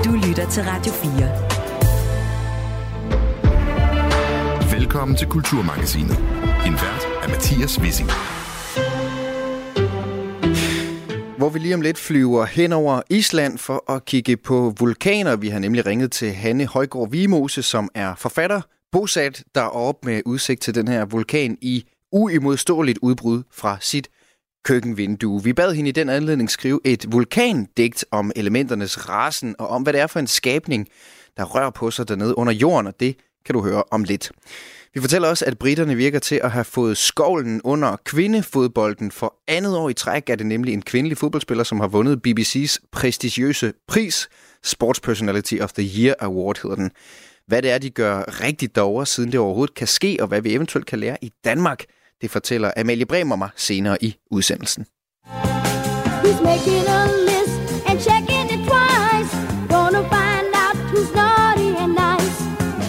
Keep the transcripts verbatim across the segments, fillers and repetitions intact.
Du lytter til Radio fire. Velkommen til Kulturmagasinet. En vært er Mathias Wissing. Hvor vi lige om lidt flyver hen over Island for at kigge på vulkaner. Vi har nemlig ringet til Hanne Højgaard Vimose, som er forfatter, bosat deroppe med udsigt til den her vulkan i uimodståeligt udbrud fra sit køkkenvindue. Vi bad hende i den anledning skrive et vulkandigt om elementernes rasen og om, hvad det er for en skabning, der rører på sig dernede under jorden, og det kan du høre om lidt. Vi fortæller også, at briterne virker til at have fået skovlen under kvindefodbolden. For andet år i træk er det nemlig en kvindelig fodboldspiller, som har vundet B B C's prestigiøse pris. Sports Personality of the Year Award hedder den. Hvad det er, de gør rigtigt derovre, siden det overhovedet kan ske, og hvad vi eventuelt kan lære i Danmark, det fortæller Amalie Bremer mig senere i udsendelsen. He's making a list and checking it twice. Gonna find out who's naughty and nice.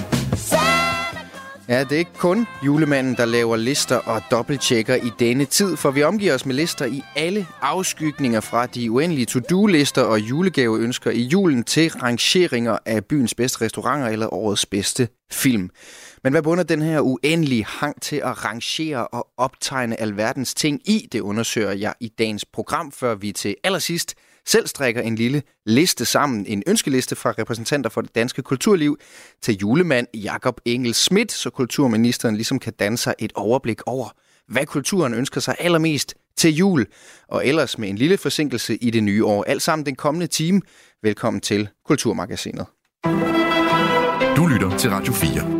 Ja, det er ikke kun julemanden, der laver lister og dobbelttjekker i denne tid, for vi omgiver os med lister i alle afskygninger fra de uendelige to-do-lister og julegaveønsker i julen til rangeringer af byens bedste restauranter eller årets bedste film. Men hvad bunder den her uendelige hang til at rangere og optegne alverdens ting i? Det undersøger jeg i dagens program, før vi til allersidst selv strikker en lille liste sammen, en ønskeliste fra repræsentanter for det danske kulturliv til julemand Jakob Engel Schmidt, så kulturministeren ligesom kan danne sig et overblik over, hvad kulturen ønsker sig allermest til jul, og ellers med en lille forsinkelse i det nye år. Alt sammen den kommende time. Velkommen til Kulturmagasinet. Du lytter til Radio fire.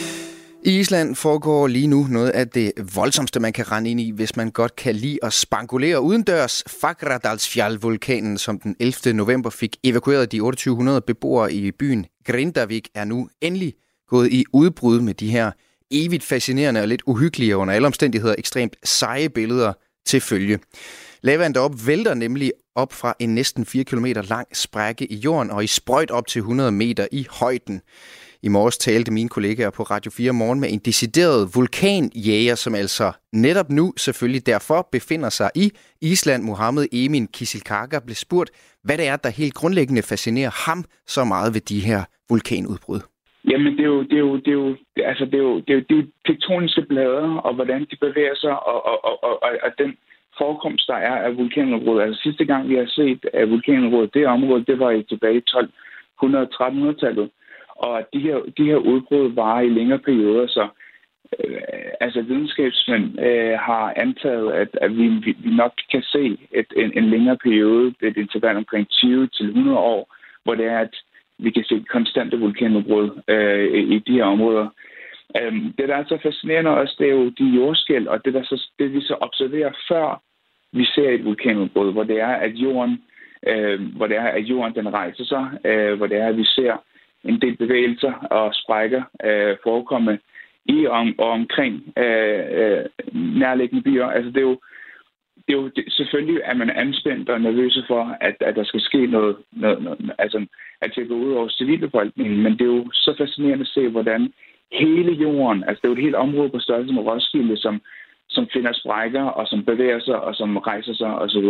I Island foregår lige nu noget af det voldsomste, man kan rende ind i, hvis man godt kan lide at spankulere udendørs. Fagradalsfjall-vulkanen, som den ellevte november fik evakueret de otteogtyve hundrede beboere i byen Grindavik, er nu endelig gået i udbrud med de her evigt fascinerende og lidt uhyggelige og under alle omstændigheder ekstremt seje billeder til følge. Lavaen deroppe vælter nemlig op fra en næsten fire kilometer lang sprække i jorden og i sprøjt op til hundrede meter i højden. I morges talte mine kollegaer på Radio fire Morgen med en decideret vulkanjæger, som altså netop nu selvfølgelig derfor befinder sig i Island. Mohammed Emin Kisilkaga blev spurgt, hvad det er, der helt grundlæggende fascinerer ham så meget ved de her vulkanudbrud. Jamen, det er jo, det er jo, det er jo, altså, det er jo, det er jo de tektoniske blader, og hvordan de bevæger sig, og, og, og, og, og den forekomst, der er af vulkanudbrud. Altså sidste gang, vi har set af vulkanudbrud, det område, det var i tilbage i tolv hundrede til tretten hundrede-tallet. Og de her, de her udbrud varer i længere perioder, så øh, altså videnskabsmænd øh, har antaget, at, at vi, vi nok kan se et, en, en længere periode, et interval omkring tyve til hundrede år, hvor det er, at vi kan se konstante vulkanudbrud øh, i de her områder. Øh, det, der er så fascinerende også, det er jo de jordskælv, og det, der så, det vi så observerer før vi ser et vulkanudbrud, hvor det er, at jorden, øh, hvor det er, at jorden den rejser sig, øh, hvor det er, at vi ser en del bevægelser og sprækker øh, forekomme i om, og omkring øh, øh, nærliggende byer. Altså det er jo, det er jo det, selvfølgelig er man anspændt og nervøse for, at, at der skal ske noget, noget, noget altså at det går ud over civilbefolkningen, men det er jo så fascinerende at se, hvordan hele jorden, altså det er jo et helt område på størrelse med Roskilde, som, som finder sprækker og som bevæger sig og som rejser sig osv.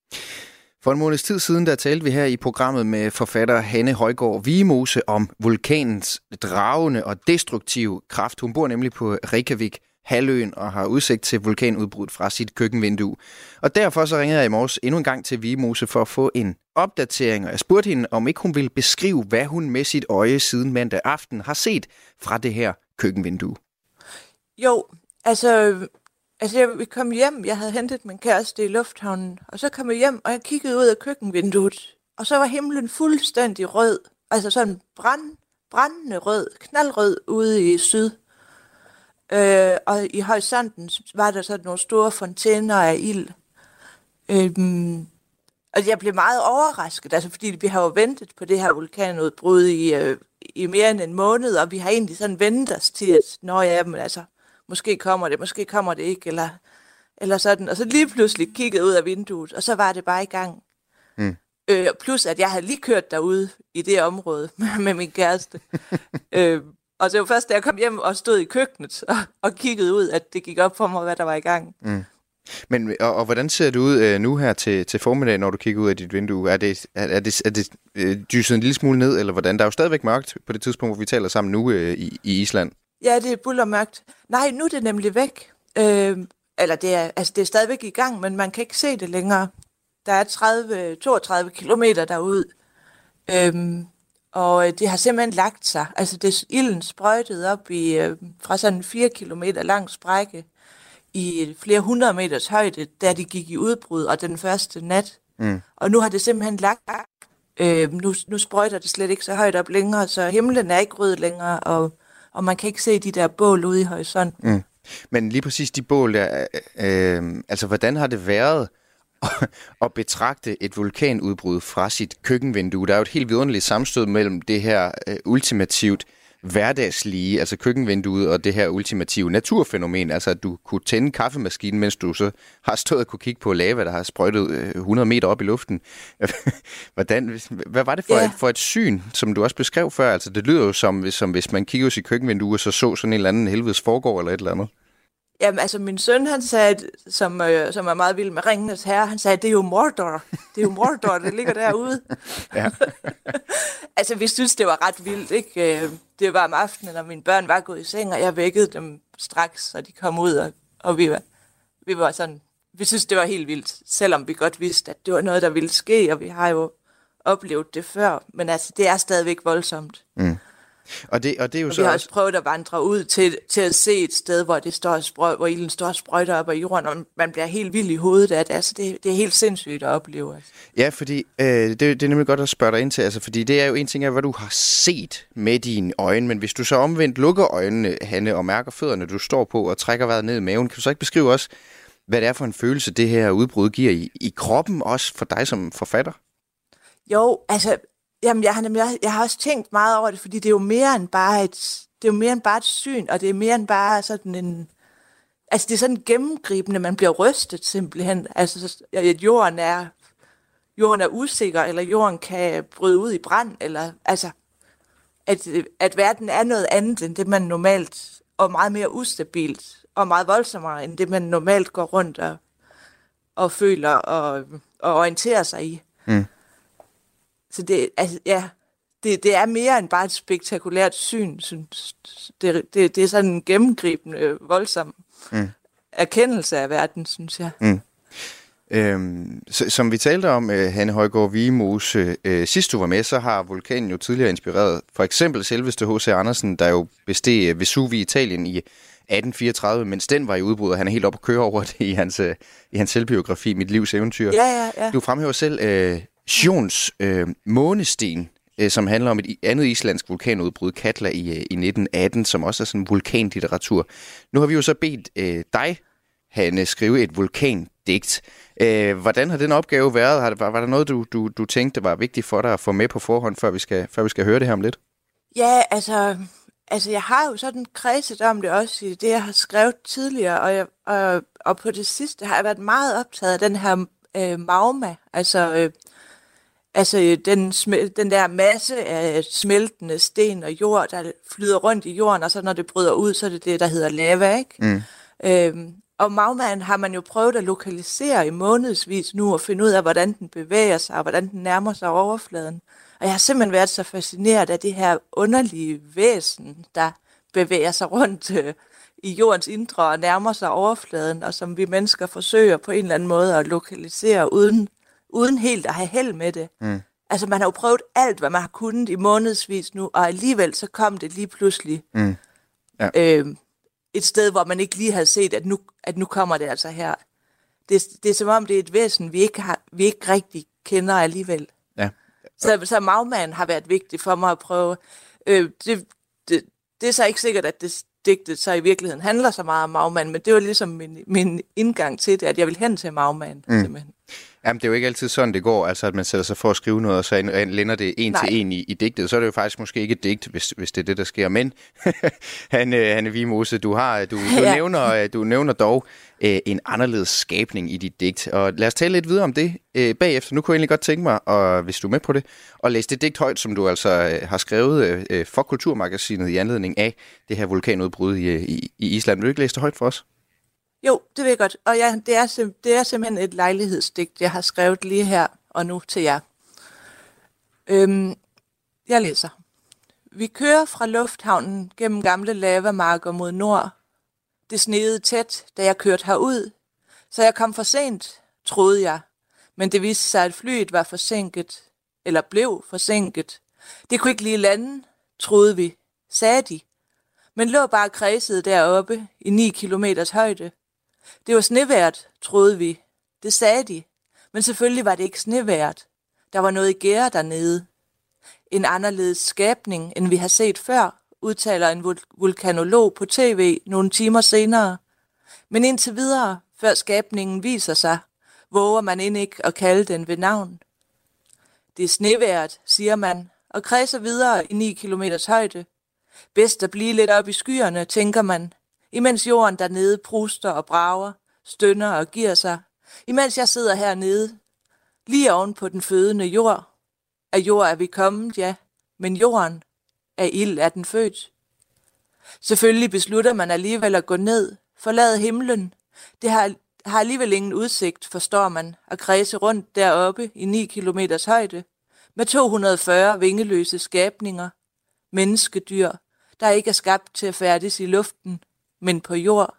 For en måneds tid siden, der talte vi her i programmet med forfatter Hanne Højgaard Vimose om vulkanens dragende og destruktive kraft. Hun bor nemlig på Reykjavik halvøen og har udsigt til vulkanudbrud fra sit køkkenvindue. Og derfor så ringede jeg i morges endnu en gang til Vimose for at få en opdatering, og jeg spurgte hende, om ikke hun ville beskrive, hvad hun med sit øje siden mandag aften har set fra det her køkkenvindue. Jo, altså... Altså, jeg kom hjem, jeg havde hentet min kæreste i lufthavnen, og så kom jeg hjem, og jeg kiggede ud af køkkenvinduet, og så var himlen fuldstændig rød, altså sådan brand, brændende rød, knaldrød ude i syd. Øh, og i horisonten var der sådan nogle store fontæner af ild. Øhm, og jeg blev meget overrasket, altså fordi vi har jo ventet på det her vulkanudbrud i, øh, i mere end en måned, og vi har egentlig sådan ventet os til, at nå ja, men altså, måske kommer det, måske kommer det ikke, eller, eller sådan. Og så lige pludselig kiggede ud af vinduet, og så var det bare i gang. Mm. Øh, plus, at jeg havde lige kørt derude i det område med, med min kæreste. øh, og så var først, da jeg kom hjem og stod i køkkenet og, og kiggede ud, at det gik op for mig, hvad der var i gang. Mm. Men, og, og hvordan ser det ud øh, nu her til, til formiddag, når du kigger ud af dit vindue? Er det, er, er det, er det øh, dyset en lille smule ned, eller hvordan? Der er jo stadigvæk mørkt på det tidspunkt, hvor vi taler sammen nu øh, i, i Island. Ja, det er bullermørkt. Nej, nu er det nemlig væk. Øh, eller det er, altså, det er stadigvæk i gang, men man kan ikke se det længere. Der er tredive, toogtredive kilometer derude. Øhm, og det har simpelthen lagt sig. Altså det ilden sprøjtede op i, øh, fra sådan en fire kilometer lang sprække i flere hundrede meters højde, da de gik i udbrud, og den første nat. Mm. Og nu har det simpelthen lagt. Øh, nu, nu sprøjter det slet ikke så højt op længere, så himlen er ikke rød længere, og, og man kan ikke se de der bål ude i horisonten. Mm. Men lige præcis de bål der, øh, altså hvordan har det været at betragte et vulkanudbrud fra sit køkkenvindue? Der er jo et helt vidunderligt sammenstød mellem det her øh, ultimativt hverdagslige, altså køkkenvinduet, og det her ultimative naturfænomen, altså at du kunne tænde kaffemaskinen, mens du så har stået og kunne kigge på lava, der har sprøjtet øh, hundrede meter op i luften. Hvordan, hvad var det for, yeah. et, for et syn, som du også beskrev før? Altså det lyder jo som, som hvis man kigger i sit køkkenvindue, og så så sådan en eller anden helvedes forgård eller et eller andet. Jamen, altså min søn, han sagde, som, øh, som er meget vild med Ringenes Herre, han sagde, det er jo Mordor. Det er jo Mordor, det ligger derude. Ja. Altså, vi synes, det var ret vildt, ikke? Det var om aftenen, når mine børn var gået i seng, og jeg vækkede dem straks, og de kom ud, og, og vi, var, vi var sådan, vi synes, det var helt vildt, selvom vi godt vidste, at det var noget, der ville ske, og vi har jo oplevet det før, men altså, det er stadigvæk voldsomt. Mm. Og, det, og det er jo og så vi har også prøvet at vandre ud til, til at se et sted, hvor, det står sprøj, hvor ilden står og sprøjter op af jorden, og man bliver helt vild i hovedet af det. Altså, det, det er helt sindssygt at opleve. Altså. Ja, fordi øh, det, det er nemlig godt at spørge dig ind til, altså, fordi det er jo en ting af, hvad du har set med dine øjne, men hvis du så omvendt lukker øjnene, Hanne, og mærker fødderne, du står på, og trækker vejret ned i maven, kan du så ikke beskrive også, hvad det er for en følelse, det her udbrud giver i, i kroppen, også for dig som forfatter? Jo, altså... Jamen, jeg har, jeg, jeg har også tænkt meget over det, fordi det er jo mere end bare et, det er jo mere end bare et syn, og det er mere end bare sådan en, altså det er sådan gennemgribende, man bliver rystet simpelthen. Altså, at jorden er, jorden er usikker, eller jorden kan bryde ud i brand, eller altså, at, at verden er noget andet end det, man normalt, og meget mere ustabilt, og meget voldsommere end det, man normalt går rundt og, og føler og, og orienterer sig i. Mm. Så det, altså, ja, det, det er mere end bare et spektakulært syn. Det, det, det er sådan en gennemgribende, voldsom mm. erkendelse af verden, synes jeg. Mm. Øhm, så, som vi talte om, øh, Hanne Højgaard Vigemose, øh, sidst du var med, så har vulkanen jo tidligere inspireret for eksempel selveste H C Andersen, der jo besteg Vesuv i Italien i atten fireogtredive, mens den var i udbrud, og han er helt oppe at køre over det i hans, øh, i hans selvbiografi, Mit livs eventyr. Ja, ja, ja. Du fremhæver selv øh, Sjons øh, månesten, øh, som handler om et andet islandsk vulkanudbrud, Katla, i, øh, i nitten atten, som også er sådan vulkanlitteratur. Nu har vi jo så bedt øh, dig, Hanne, skrive et vulkandigt. Øh, hvordan har den opgave været? Har det, var, var der noget, du, du, du tænkte var vigtigt for dig at få med på forhånd, før vi skal, før vi skal høre det her om lidt? Ja, altså, altså jeg har jo sådan kredset om det også i det, jeg har skrevet tidligere, og, jeg, og, og på det sidste har jeg været meget optaget af den her øh, magma, altså... Øh, Altså den, den der masse af smeltende sten og jord, der flyder rundt i jorden, og så når det bryder ud, så er det det, der hedder lava, ikke? Mm. Øhm, og magmaen har man jo prøvet at lokalisere i månedsvis nu, og finde ud af, hvordan den bevæger sig, og hvordan den nærmer sig overfladen. Og jeg har simpelthen været så fascineret af det her underlige væsen, der bevæger sig rundt øh, i jordens indre og nærmer sig overfladen, og som vi mennesker forsøger på en eller anden måde at lokalisere uden uden helt at have held med det. Mm. Altså, man har jo prøvet alt, hvad man har kunnet i månedsvis nu, og alligevel så kom det lige pludselig mm. ja. øh, et sted, hvor man ikke lige havde set, at nu, at nu kommer det altså her. Det, det er som om, det er et væsen, vi ikke, har, vi ikke rigtig kender alligevel. Ja. Så, så magmaen har været vigtig for mig at prøve. Øh, det, det, det er så ikke sikkert, at det digtet så i virkeligheden handler så meget om magmaen, men det var ligesom min, min indgang til det, at jeg vil hen til magmaen, mm. simpelthen. Jamen, det er jo ikke altid sådan, det går, altså at man sætter sig for at skrive noget, og så lænder det en Nej. til en i, i digtet. Så er det jo faktisk måske ikke et digt, hvis, hvis det er det, der sker. Men, Hanne, Hanne Vigemose, du, har, du, du, ja. nævner, du nævner dog øh, en anderledes skabning i dit digt. Og lad os tale lidt videre om det øh, bagefter. Nu kunne jeg egentlig godt tænke mig, og, hvis du er med på det, at læse det digt højt, som du altså øh, har skrevet øh, for Kulturmagasinet i anledning af det her vulkanudbrud i, i, i Island. Vil du ikke læse det højt for os? Jo, det ved jeg godt. Og ja, det, er sim- det er simpelthen et lejlighedsdigt, jeg har skrevet lige her og nu til jer. Øhm, jeg læser. Vi kører fra lufthavnen gennem gamle lavamarker mod nord. Det sneede tæt, da jeg kørte herud, så jeg kom for sent, troede jeg. Men det viste sig, at flyet var forsinket, eller blev forsinket. Det kunne ikke lige lande, troede vi, sagde de, men lå bare kredset deroppe i ni kilometers højde. Det var snevært, troede vi. Det sagde de, men selvfølgelig var det ikke snevært. Der var noget i gære dernede. En anderledes skabning, end vi har set før, udtaler en vul- vulkanolog på tv nogle timer senere. Men indtil videre, før skabningen viser sig, våger man end ikke at kalde den ved navn. Det er snevært, siger man, og kredser videre i ni kilometers højde. Bedst at blive lidt op i skyerne, tænker man, imens jorden dernede pruster og brager, stønner og giver sig, imens jeg sidder hernede, lige oven på den fødende jord. Af jord er vi kommet, ja, men jorden, af ild er den født. Selvfølgelig beslutter man alligevel at gå ned, forlade himlen. Det har, har alligevel ingen udsigt, forstår man, at kredse rundt deroppe i ni kilometers højde, med to hundrede og fyrre vingeløse skabninger, menneskedyr, der ikke er skabt til at færdes i luften, men på jord.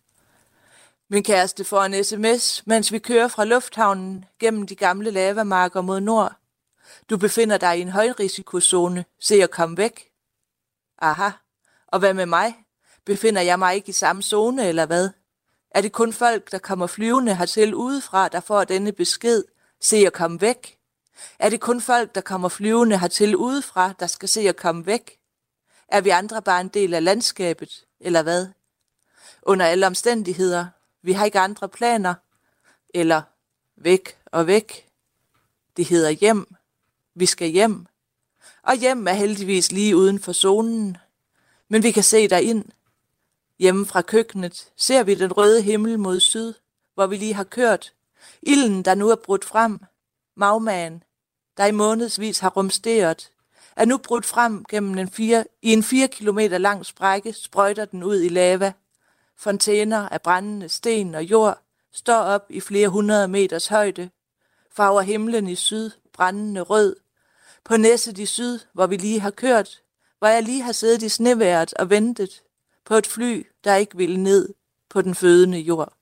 Min kæreste får en sms, mens vi kører fra lufthavnen gennem de gamle lavamarker mod nord. Du befinder dig i en højrisikozone. Se at komme væk. Aha. Og hvad med mig? Befinder jeg mig ikke i samme zone, eller hvad? Er det kun folk, der kommer flyvende hertil udefra, der får denne besked? Se at komme væk. Er det kun folk, der kommer flyvende hertil udefra, der skal se at komme væk? Er vi andre bare en del af landskabet, eller hvad? Under alle omstændigheder. Vi har ikke andre planer. Eller væk og væk. Det hedder hjem. Vi skal hjem. Og hjem er heldigvis lige uden for zonen. Men vi kan se derind. Hjemme fra køkkenet ser vi den røde himmel mod syd, hvor vi lige har kørt. Ilden, der nu er brudt frem. Magmaen, der i månedsvis har rumsteret, er nu brudt frem gennem en fire, i en fire kilometer lang sprække, sprøjter den ud i lava. Fontæner af brændende sten og jord står op i flere hundrede meters højde. Farver himlen i syd, brændende rød. På Næsset i syd, hvor vi lige har kørt, hvor jeg lige har siddet i sneværet og ventet på et fly, der ikke ville ned på den fødende jord.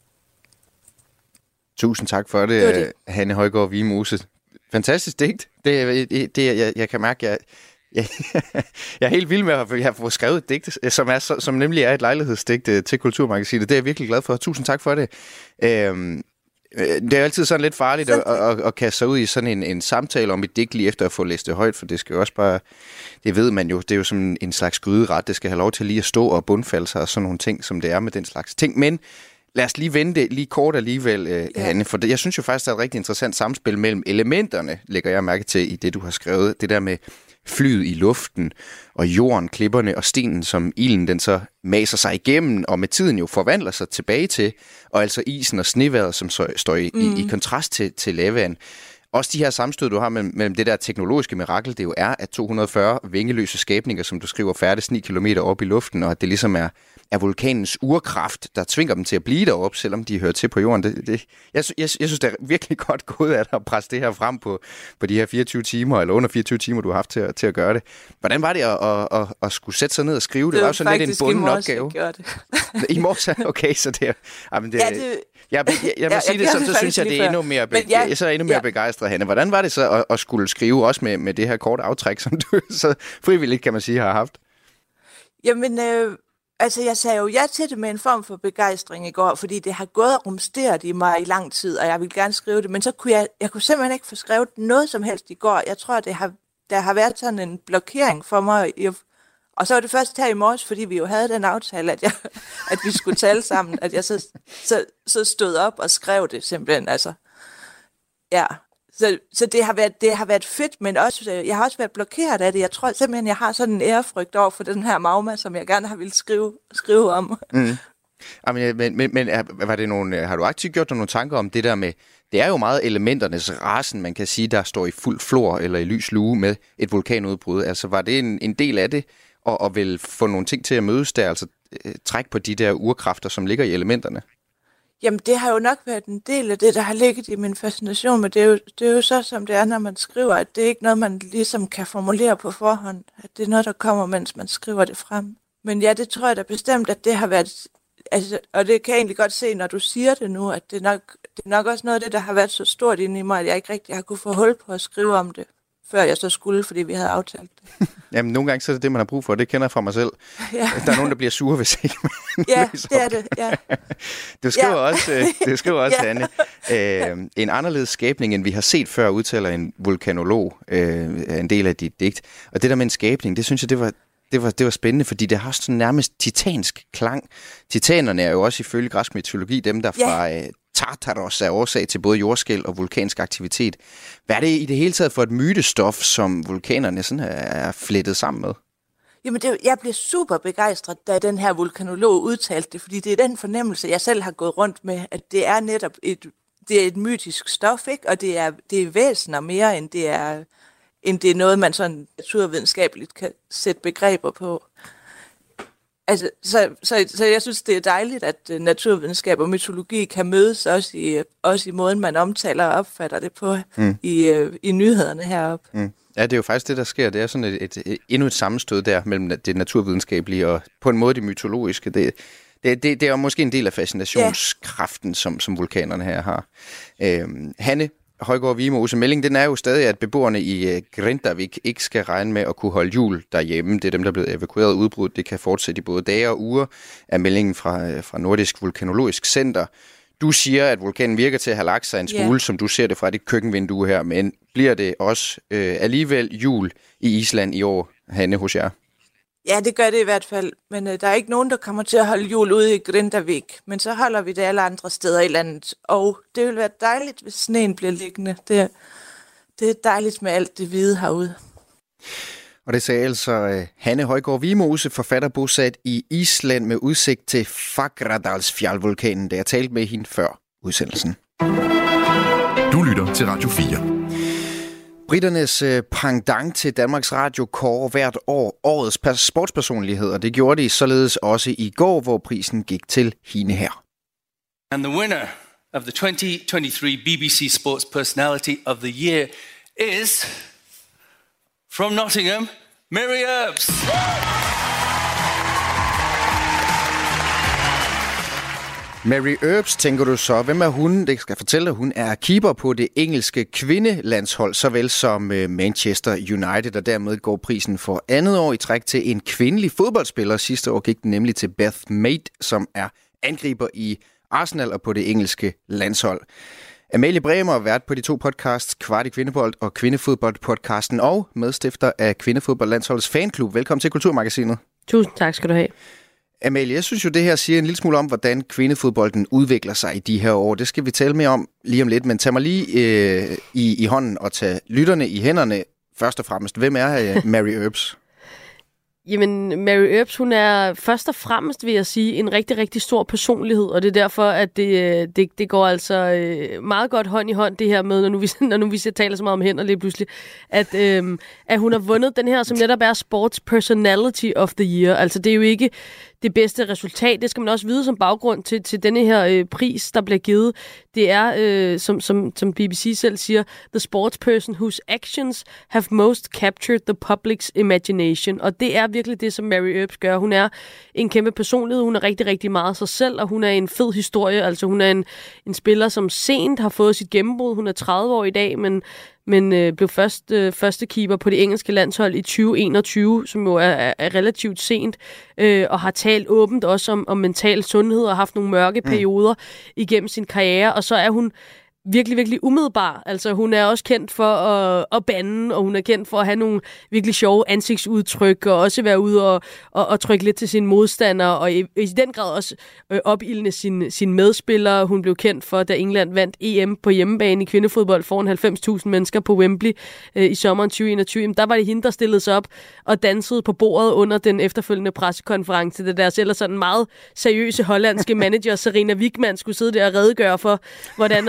Tusind tak for det, det, det. Hanne Højgaard Vimose. Fantastisk digt. Det, det, det jeg, jeg kan mærke, jeg, jeg, jeg er helt vild med at have fået skrevet et digt, som, er, som nemlig er et lejlighedsdigt til Kulturmagasinet. Det er jeg virkelig glad for. Tusind tak for det. Øhm, det er altid sådan lidt farligt at, at, at kaste sig ud i sådan en, en samtale om et digt lige efter at få læst det højt, for det skal jo også bare, det ved man jo, det er jo som en slags gryderet. Det skal have lov til lige at stå og bundfalde sig og sådan nogle ting, som det er med den slags ting. Men lad os lige vente lige kort alligevel, øh, ja. Hanne, for det, jeg synes jo faktisk, der er et rigtig interessant samspil mellem elementerne, lægger jeg mærke til i det, du har skrevet. Det der med flyet i luften, og jorden, klipperne og stenen, som ilden den så maser sig igennem, og med tiden jo forvandler sig tilbage til, og altså isen og snevejret, som så står i, mm. i, i kontrast til, til lavaen. Også de her sammenstød, du har mellem, mellem det der teknologiske mirakel, det jo er, at to hundrede og fyrre vingeløse skabninger, som du skriver, færdes ni kilometer op i luften, og at det ligesom er, er vulkanens urkraft, der tvinger dem til at blive deroppe, selvom de hører til på jorden. Det, det, jeg, jeg, jeg synes, det er virkelig godt gået af dig at presse det her frem på, på de her fireogtyve timer, eller under fireogtyve timer, du har haft til, til at gøre det. Hvordan var det at, at, at, at skulle sætte sig ned og skrive? Det, det var jo sådan lidt en bunden opgave. Det var faktisk i morges, jeg gjorde det. I morges? Okay, så det er... Jamen det, ja, det jeg, jeg, jeg må ja, sige det, så, så synes jeg, det er endnu mere, be, ja, jeg så er endnu mere ja. begejstret, Hanne. Hvordan var det så at, at skulle skrive, også med, med det her korte aftræk, som du så frivilligt, kan man sige, har haft? Jamen, øh, altså jeg sagde jo ja til det med en form for begejstring i går, fordi det har gået og rumsteret i mig i lang tid, og jeg ville gerne skrive det, men så kunne jeg, jeg kunne simpelthen ikke få skrevet noget som helst i går. Jeg tror, det har, der har været sådan en blokering for mig. Og så var det først her i morges, fordi vi jo havde den aftale, at, jeg, at vi skulle tale sammen, at jeg så, så, så stod op og skrev det simpelthen. Altså. Ja, så, så det, har været, det har været fedt, men også, jeg har også været blokeret af det. Jeg tror simpelthen, jeg har sådan en ærefrygt over for den her magma, som jeg gerne har ville skrive, skrive om. Mm. Jamen, men men, men var det nogle, har du aktivt gjort dig nogle tanker om det der med, det er jo meget elementernes rasen, man kan sige, der står i fuld flor eller i lys lue med et vulkanudbrud. Altså var det en, en del af det, og, og vil få nogle ting til at mødes der, altså øh, træk på de der urkræfter, som ligger i elementerne? Jamen, det har jo nok været en del af det, der har ligget i min fascination, men det er jo, det er jo så, som det er, når man skriver, at det er ikke noget, man ligesom kan formulere på forhånd. At det er noget, der kommer, mens man skriver det frem. Men ja, det tror jeg da bestemt, at det har været... Altså, og det kan jeg egentlig godt se, når du siger det nu, at det er, nok, det er nok også noget af det, der har været så stort inde i mig, at jeg ikke rigtig har kunne få hul på at skrive om det, før jeg så skulle, fordi vi havde aftalt det. Jamen, nogle gange så er det det, man har brug for. Det kender jeg fra mig selv. Ja. Der er nogen, der bliver sure, hvis ikke man ja, det er det, ja. Du skriver ja. også, du skriver også ja. Hanne, øh, en anderledes skabning, end vi har set før, udtaler en vulkanolog, øh, en del af dit digt. Og det der med en skabning, det synes jeg, det var... Det var, det var spændende, fordi det har sådan nærmest titansk klang. Titanerne er jo også ifølge græsk mytologi dem, der fra yeah. uh, Tartaros er årsag til både jordskælv og vulkansk aktivitet. Hvad er det i det hele taget for et mytestof, som vulkanerne sådan er flettet sammen med? Jamen, det, jeg blev super begejstret, da den her vulkanolog udtalte det, fordi det er den fornemmelse, jeg selv har gået rundt med, at det er netop et, det er et mytisk stof, ikke? Og det er, det er væsener mere, end det er... end det er noget, man sådan naturvidenskabeligt kan sætte begreber på. Altså, så, så, så jeg synes, det er dejligt, at naturvidenskab og mytologi kan mødes også i, også i måden, man omtaler og opfatter det på mm. i, i nyhederne heroppe. Mm. Ja, det er jo faktisk det, der sker. Det er sådan et, et, et, endnu et sammenstød der mellem det naturvidenskabelige og på en måde det mytologiske. Det, det, det, det er jo måske en del af fascinationskraften, ja. som, som vulkanerne her har. Øhm, Hanne Højgaard Vimose, meldingen den er jo stadig, at beboerne i Grindavik ikke skal regne med at kunne holde jul derhjemme. Det er dem, der er blevet evakueret og udbrudt. Det kan fortsætte i både dage og uger, er meldingen fra, fra Nordisk Vulkanologisk Center. Du siger, at vulkanen virker til at have lagt sig en smule, yeah. som du ser det fra dit køkkenvindue her, men bliver det også øh, alligevel jul i Island i år, Hanne, hos jer? Ja, det gør det i hvert fald, men øh, der er ikke nogen, der kommer til at holde jul ude i Grindavik, men så holder vi det alle andre steder i landet, og det vil være dejligt, hvis sneen bliver liggende. Det, det er dejligt med alt det hvide herude. Og det sagde altså uh, Hanne Højgaard Vimose, forfatter bosat i Island med udsigt til Fagradalsfjallvulkanen, da jeg talte med hende før udsendelsen. Du lytter til Radio fire. Briternes pendant til Danmarks Radio kårer hvert år årets sportspersonligheder. Det gjorde de således også i går, hvor prisen gik til hende her. And the winner of the twenty twenty-three B B C Sports Personality of the Year is from Nottingham, Mary Earps. Mary Earps, tænker du så. Hvem er hun? Det skal jeg fortælle dig. Hun er keeper på det engelske kvindelandshold, såvel som Manchester United, og dermed går prisen for andet år i træk til en kvindelig fodboldspiller. Sidste år gik den nemlig til Beth Mead, som er angriber i Arsenal og på det engelske landshold. Amalie Bremer, vært på de to podcasts, Kvart i Kvindebold og Kvindefodbold-podcasten, og medstifter af Kvindefodboldlandsholdets fanklub. Velkommen til Kulturmagasinet. Tusind tak skal du have. Amalie, jeg synes jo, det her siger en lille smule om, hvordan kvindefodbolden udvikler sig i de her år. Det skal vi tale mere om lige om lidt, men tag mig lige øh, i, i hånden og tag lytterne i hænderne først og fremmest. Hvem er øh, Mary Earps? Jamen, Mary Earps, hun er først og fremmest, vil jeg sige, en rigtig, rigtig stor personlighed, og det er derfor, at det, det, det går altså meget godt hånd i hånd, det her med, når nu vi, når nu vi taler så meget om hænder lige pludselig, at, øhm, at hun har vundet den her, som netop er Sports Personality of the Year. Altså, det er jo ikke det bedste resultat. Det skal man også vide som baggrund til, til denne her øh, pris, der bliver givet. Det er, øh, som, som, som B B C selv siger, the sports person whose actions have most captured the public's imagination. Og det er virkelig det, som Mary Earps gør. Hun er en kæmpe personlighed. Hun er rigtig, rigtig meget sig selv, og hun er en fed historie. Altså, hun er en, en spiller, som sent har fået sit gennembrud. Hun er tredive år i dag, men men øh, blev først øh, første keeper på det engelske landshold i tyve enogtyve, som jo er, er relativt sent, øh, og har talt åbent også om, om mental sundhed og haft nogle mørke perioder mm. igennem sin karriere, og så er hun virkelig, virkelig umiddelbar. Altså, hun er også kendt for at, at bande, og hun er kendt for at have nogle virkelig sjove ansigtsudtryk, og også være ude og, og, og trykke lidt til sine modstandere, og i, i den grad også øh, opildne sine, sine medspillere. Hun blev kendt for, da England vandt E M på hjemmebane i kvindefodbold foran halvfems tusind mennesker på Wembley øh, i sommeren tyve enogtyve. Jamen, der var det hende, der stillede sig op og dansede på bordet under den efterfølgende pressekonference. Det deres ellers sådan meget seriøse hollandske manager, Serena Wigman, skulle sidde der og redegøre for, hvordan og hvorledes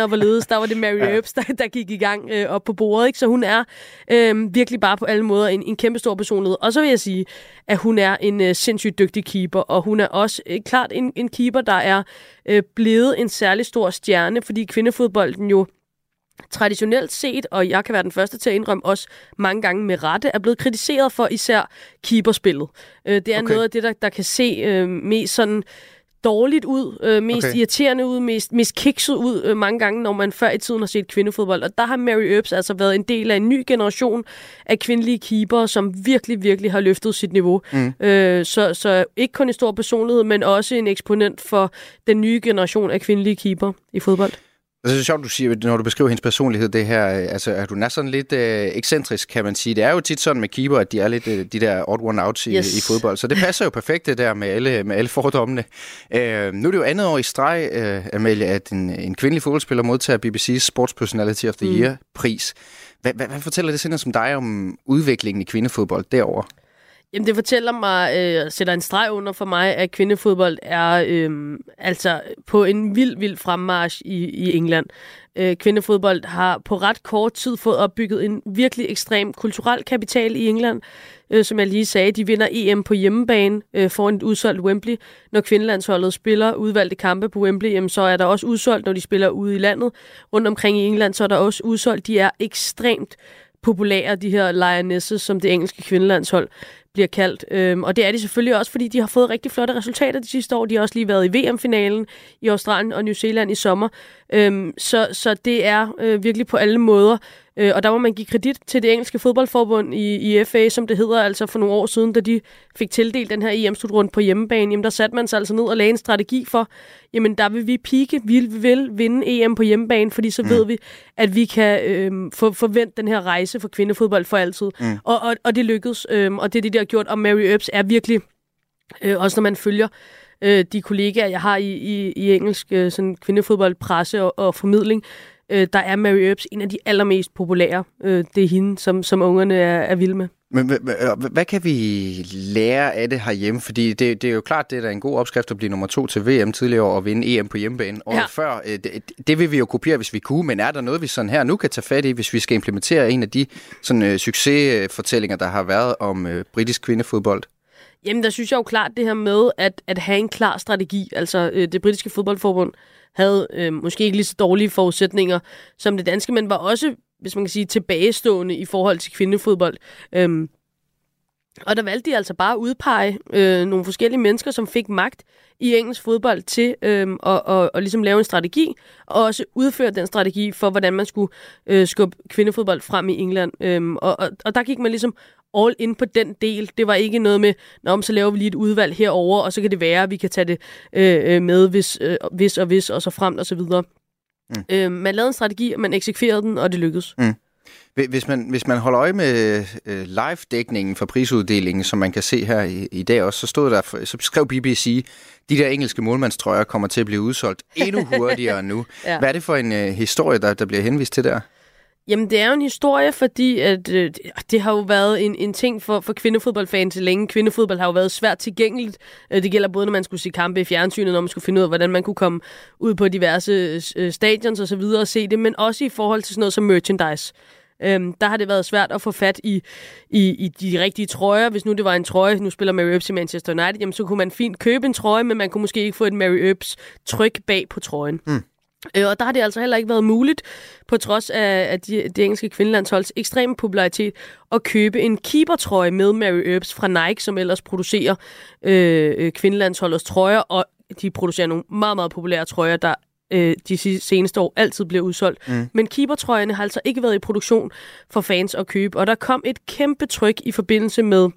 tennis, der var det Mary Earps, der, der gik i gang øh, op på bordet. Ikke? Så hun er øh, virkelig bare på alle måder en, en kæmpe stor personlighed. Og så vil jeg sige, at hun er en øh, sindssygt dygtig keeper, og hun er også øh, klart en, en keeper, der er øh, blevet en særlig stor stjerne, fordi kvindefodbolden jo traditionelt set, og jeg kan være den første til at indrømme også mange gange med rette, er blevet kritiseret for især keeperspillet. Øh, det er okay. noget af det, der, der kan se øh, mest sådan dårligt ud, øh, mest okay. irriterende ud, mest, mest kikset ud øh, mange gange, når man før i tiden har set kvindefodbold. Og der har Mary Earps altså været en del af en ny generation af kvindelige keepere, som virkelig, virkelig har løftet sit niveau. Mm. Øh, så, så ikke kun en stor personlighed, men også en eksponent for den nye generation af kvindelige keepere i fodbold. Det er sjovt, du siger, når du beskriver hendes personlighed, det her, altså, at hun er sådan lidt øh, ekscentrisk, kan man sige. Det er jo tit sådan med keeper, at de er lidt øh, de der odd one outs i, yes. i fodbold. Så det passer jo perfekt, det der med alle, med alle fordommene. Øh, nu er det jo andet år i streg, øh, Amalie, at en, en kvindelig fodboldspiller modtager B B C's Sports Personality of the mm. Year-pris. Hvad, hvad, hvad fortæller det sådan som dig om udviklingen i kvindefodbold derovre? Jamen, det fortæller mig, øh, sætter en streg under for mig, at kvindefodbold er øh, altså på en vild, vild fremmarch i, i England. Øh, kvindefodbold har på ret kort tid fået opbygget en virkelig ekstrem kulturel kapital i England. Øh, som jeg lige sagde, de vinder E M på hjemmebane øh, foran et udsolgt Wembley. Når kvindelandsholdet spiller udvalgte kampe på Wembley, jamen, så er der også udsolgt, når de spiller ude i landet. Rundt omkring i England, så er der også udsolgt. De er ekstremt populære, de her Lionesses, som det engelske kvindelandshold bliver kaldt. Øhm, og det er de selvfølgelig også, fordi de har fået rigtig flotte resultater de sidste år. De har også lige været i V M-finalen i Australien og New Zealand i sommer. Øhm, så, så det er øh, virkelig på alle måder. Øh, og der må man give kredit til det engelske fodboldforbund i, i F A, som det hedder, altså for nogle år siden, da de fik tildelt den her E M-slutrunde på hjemmebane. Jamen, der satte man sig altså ned og lagde en strategi for, jamen, der vil vi pike, vi vil vinde E M på hjemmebane, fordi så mm. ved vi, at vi kan øh, for, forvente den her rejse for kvindefodbold for altid. Mm. Og, og, og det lykkedes, øh, og det er det, der har gjort. Og Mary Earps er virkelig, øh, også når man følger øh, de kollegaer, jeg har i, i, i engelsk øh, sådan kvindefodboldpresse og, og formidling, øh, der er Mary Earps en af de allermest populære. Øh, det er hende, som, som ungerne er, er vilde med. Men hvad, hvad kan vi lære af det herhjemme? Fordi det, det er jo klart, det er en god opskrift at blive nummer to til V M tidligere år og vinde E M på hjemmebane. Og ja. før, det, det vil vi jo kopiere, hvis vi kunne, men er der noget, vi sådan her nu kan tage fat i, hvis vi skal implementere en af de sådan, uh, succesfortællinger, der har været om uh, britisk kvindefodbold? Jamen, der synes jeg jo klart det her med at, at have en klar strategi. Altså, øh, det britiske fodboldforbund havde øh, måske ikke lige så dårlige forudsætninger som det danske, men var også, hvis man kan sige, tilbagestående i forhold til kvindefodbold. Øhm, og der valgte de altså bare at udpege øh, nogle forskellige mennesker, som fik magt i engelsk fodbold til øh, at og, og ligesom lave en strategi, og også udføre den strategi for, hvordan man skulle øh, skubbe kvindefodbold frem i England. Øhm, og, og, og der gik man ligesom all in på den del. Det var ikke noget med, nå, så laver vi lige et udvalg herover, og så kan det være, at vi kan tage det øh, med, hvis, øh, hvis og hvis, og så frem og så videre. Mm. Øh, man lavede en strategi, og man eksekverede den, og det lykkedes. Mm. Hvis man, hvis man holder øje med øh, live-dækningen for prisuddelingen, som man kan se her i, i dag også, så stod der, så skrev B B C, de der engelske målmandstrøjer kommer til at blive udsolgt endnu hurtigere nu. Ja. Hvad er det for en øh, historie, der, der bliver henvist til der? Jamen, det er jo en historie, fordi at, øh, det har jo været en, en ting for, for kvindefodboldfans længe. Kvindefodbold har jo været svært tilgængeligt. Det gælder både, når man skulle se kampe i fjernsynet, når man skulle finde ud af, hvordan man kunne komme ud på diverse øh, stadions og så videre og se det, men også i forhold til sådan noget som merchandise. Øhm, der har det været svært at få fat i, i, i de rigtige trøjer. Hvis nu det var en trøje, nu spiller Mary Earps i Manchester United, jamen, så kunne man fint købe en trøje, men man kunne måske ikke få et Mary Earps tryk bag på trøjen. Mm. Øh, og der har det altså heller ikke været muligt, på trods af, af de, de engelske kvindelandsholds ekstreme popularitet, at købe en keepertrøje med Mary Earps fra Nike, som ellers producerer øh, kvindelandsholdets trøjer, og de producerer nogle meget, meget populære trøjer, der øh, de seneste år altid bliver udsolgt. Mm. Men keepertrøjerne har altså ikke været i produktion for fans at købe, og der kom et kæmpe tryk i forbindelse med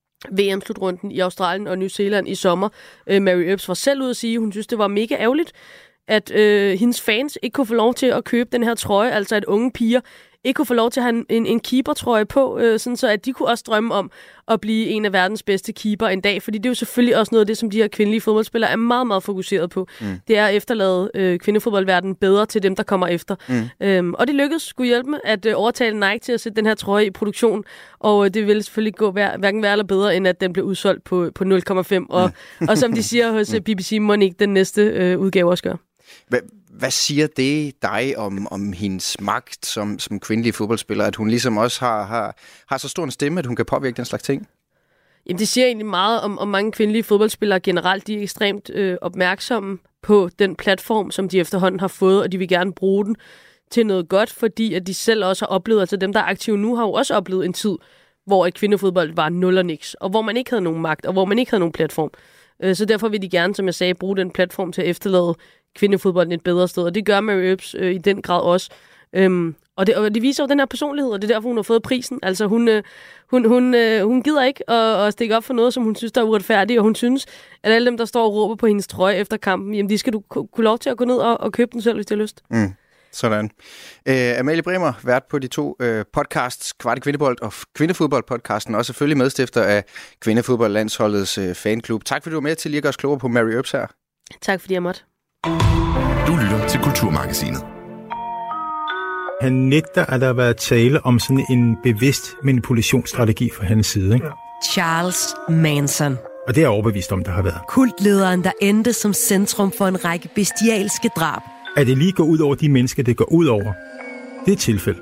V M-slutrunden i Australien og New Zealand i sommer. Øh, Mary Earps var selv ude at sige, hun synes, det var mega ærgerligt, at øh, hendes fans ikke kunne få lov til at købe den her trøje, altså at unge piger ikke kunne få lov til at have en, en keepertrøje på, øh, sådan så at de kunne også drømme om at blive en af verdens bedste keeper en dag, fordi det er jo selvfølgelig også noget af det, som de her kvindelige fodboldspillere er meget, meget fokuseret på. Mm. Det er at efterlade øh, kvindefodboldverdenen bedre til dem, der kommer efter. Mm. Øhm, og det lykkedes skulle hjælpe med at øh, overtale Nike til at sætte den her trøje i produktion, og øh, det ville selvfølgelig gå hver, hverken værre eller bedre, end at den blev udsolgt på, på nul komma fem, og, mm. og som de siger hos øh, B B C, må ikke den næste øh, udgave også gøre. Hvad, hvad siger det dig om, om hendes magt som, som kvindelig fodboldspiller, at hun ligesom også har, har, har så stor en stemme, at hun kan påvirke den slags ting? Jamen, det siger egentlig meget om, om mange kvindelige fodboldspillere generelt. De er ekstremt øh, opmærksomme på den platform, som de efterhånden har fået, og de vil gerne bruge den til noget godt, fordi at de selv også har oplevet, altså dem, der er aktive nu, har jo også oplevet en tid, hvor et kvindefodbold var nul og niks, og hvor man ikke havde nogen magt, og hvor man ikke havde nogen platform. Så derfor vil de gerne, som jeg sagde, bruge den platform til at efterlade kvindefodbolden et bedre sted, og det gør Mary Earps øh, i den grad også. Øhm, og, det, og det viser jo den her personlighed, og det er derfor, hun har fået prisen. Altså, hun, øh, hun, hun, øh, hun gider ikke at, at stikke op for noget, som hun synes, der er uretfærdigt, og hun synes, at alle dem, der står og råber på hendes trøje efter kampen, jamen, de skal du kunne lov til at gå ned og, og købe den selv, hvis de har lyst. Mm. Sådan. Øh, Amalie Bremer, vært på de to øh, podcasts, Kvarte Kvindebold og Kvindefodbold-podcasten, og selvfølgelig medstifter af Kvindefodboldlandsholdets øh, fanklub. Tak fordi du var med til lige at gøre os klogere på Mary Earps her. Tak fordi jeg måtte. Du lytter til Kulturmagasinet. Han nægter, at der har været tale om sådan en bevidst manipulationsstrategi fra hans side. Ikke? Charles Manson. Og det er jeg overbevist om, der har været. Kultlederen, der endte som centrum for en række bestialske drab. At det lige går ud over de mennesker, det går ud over, det er et tilfælde.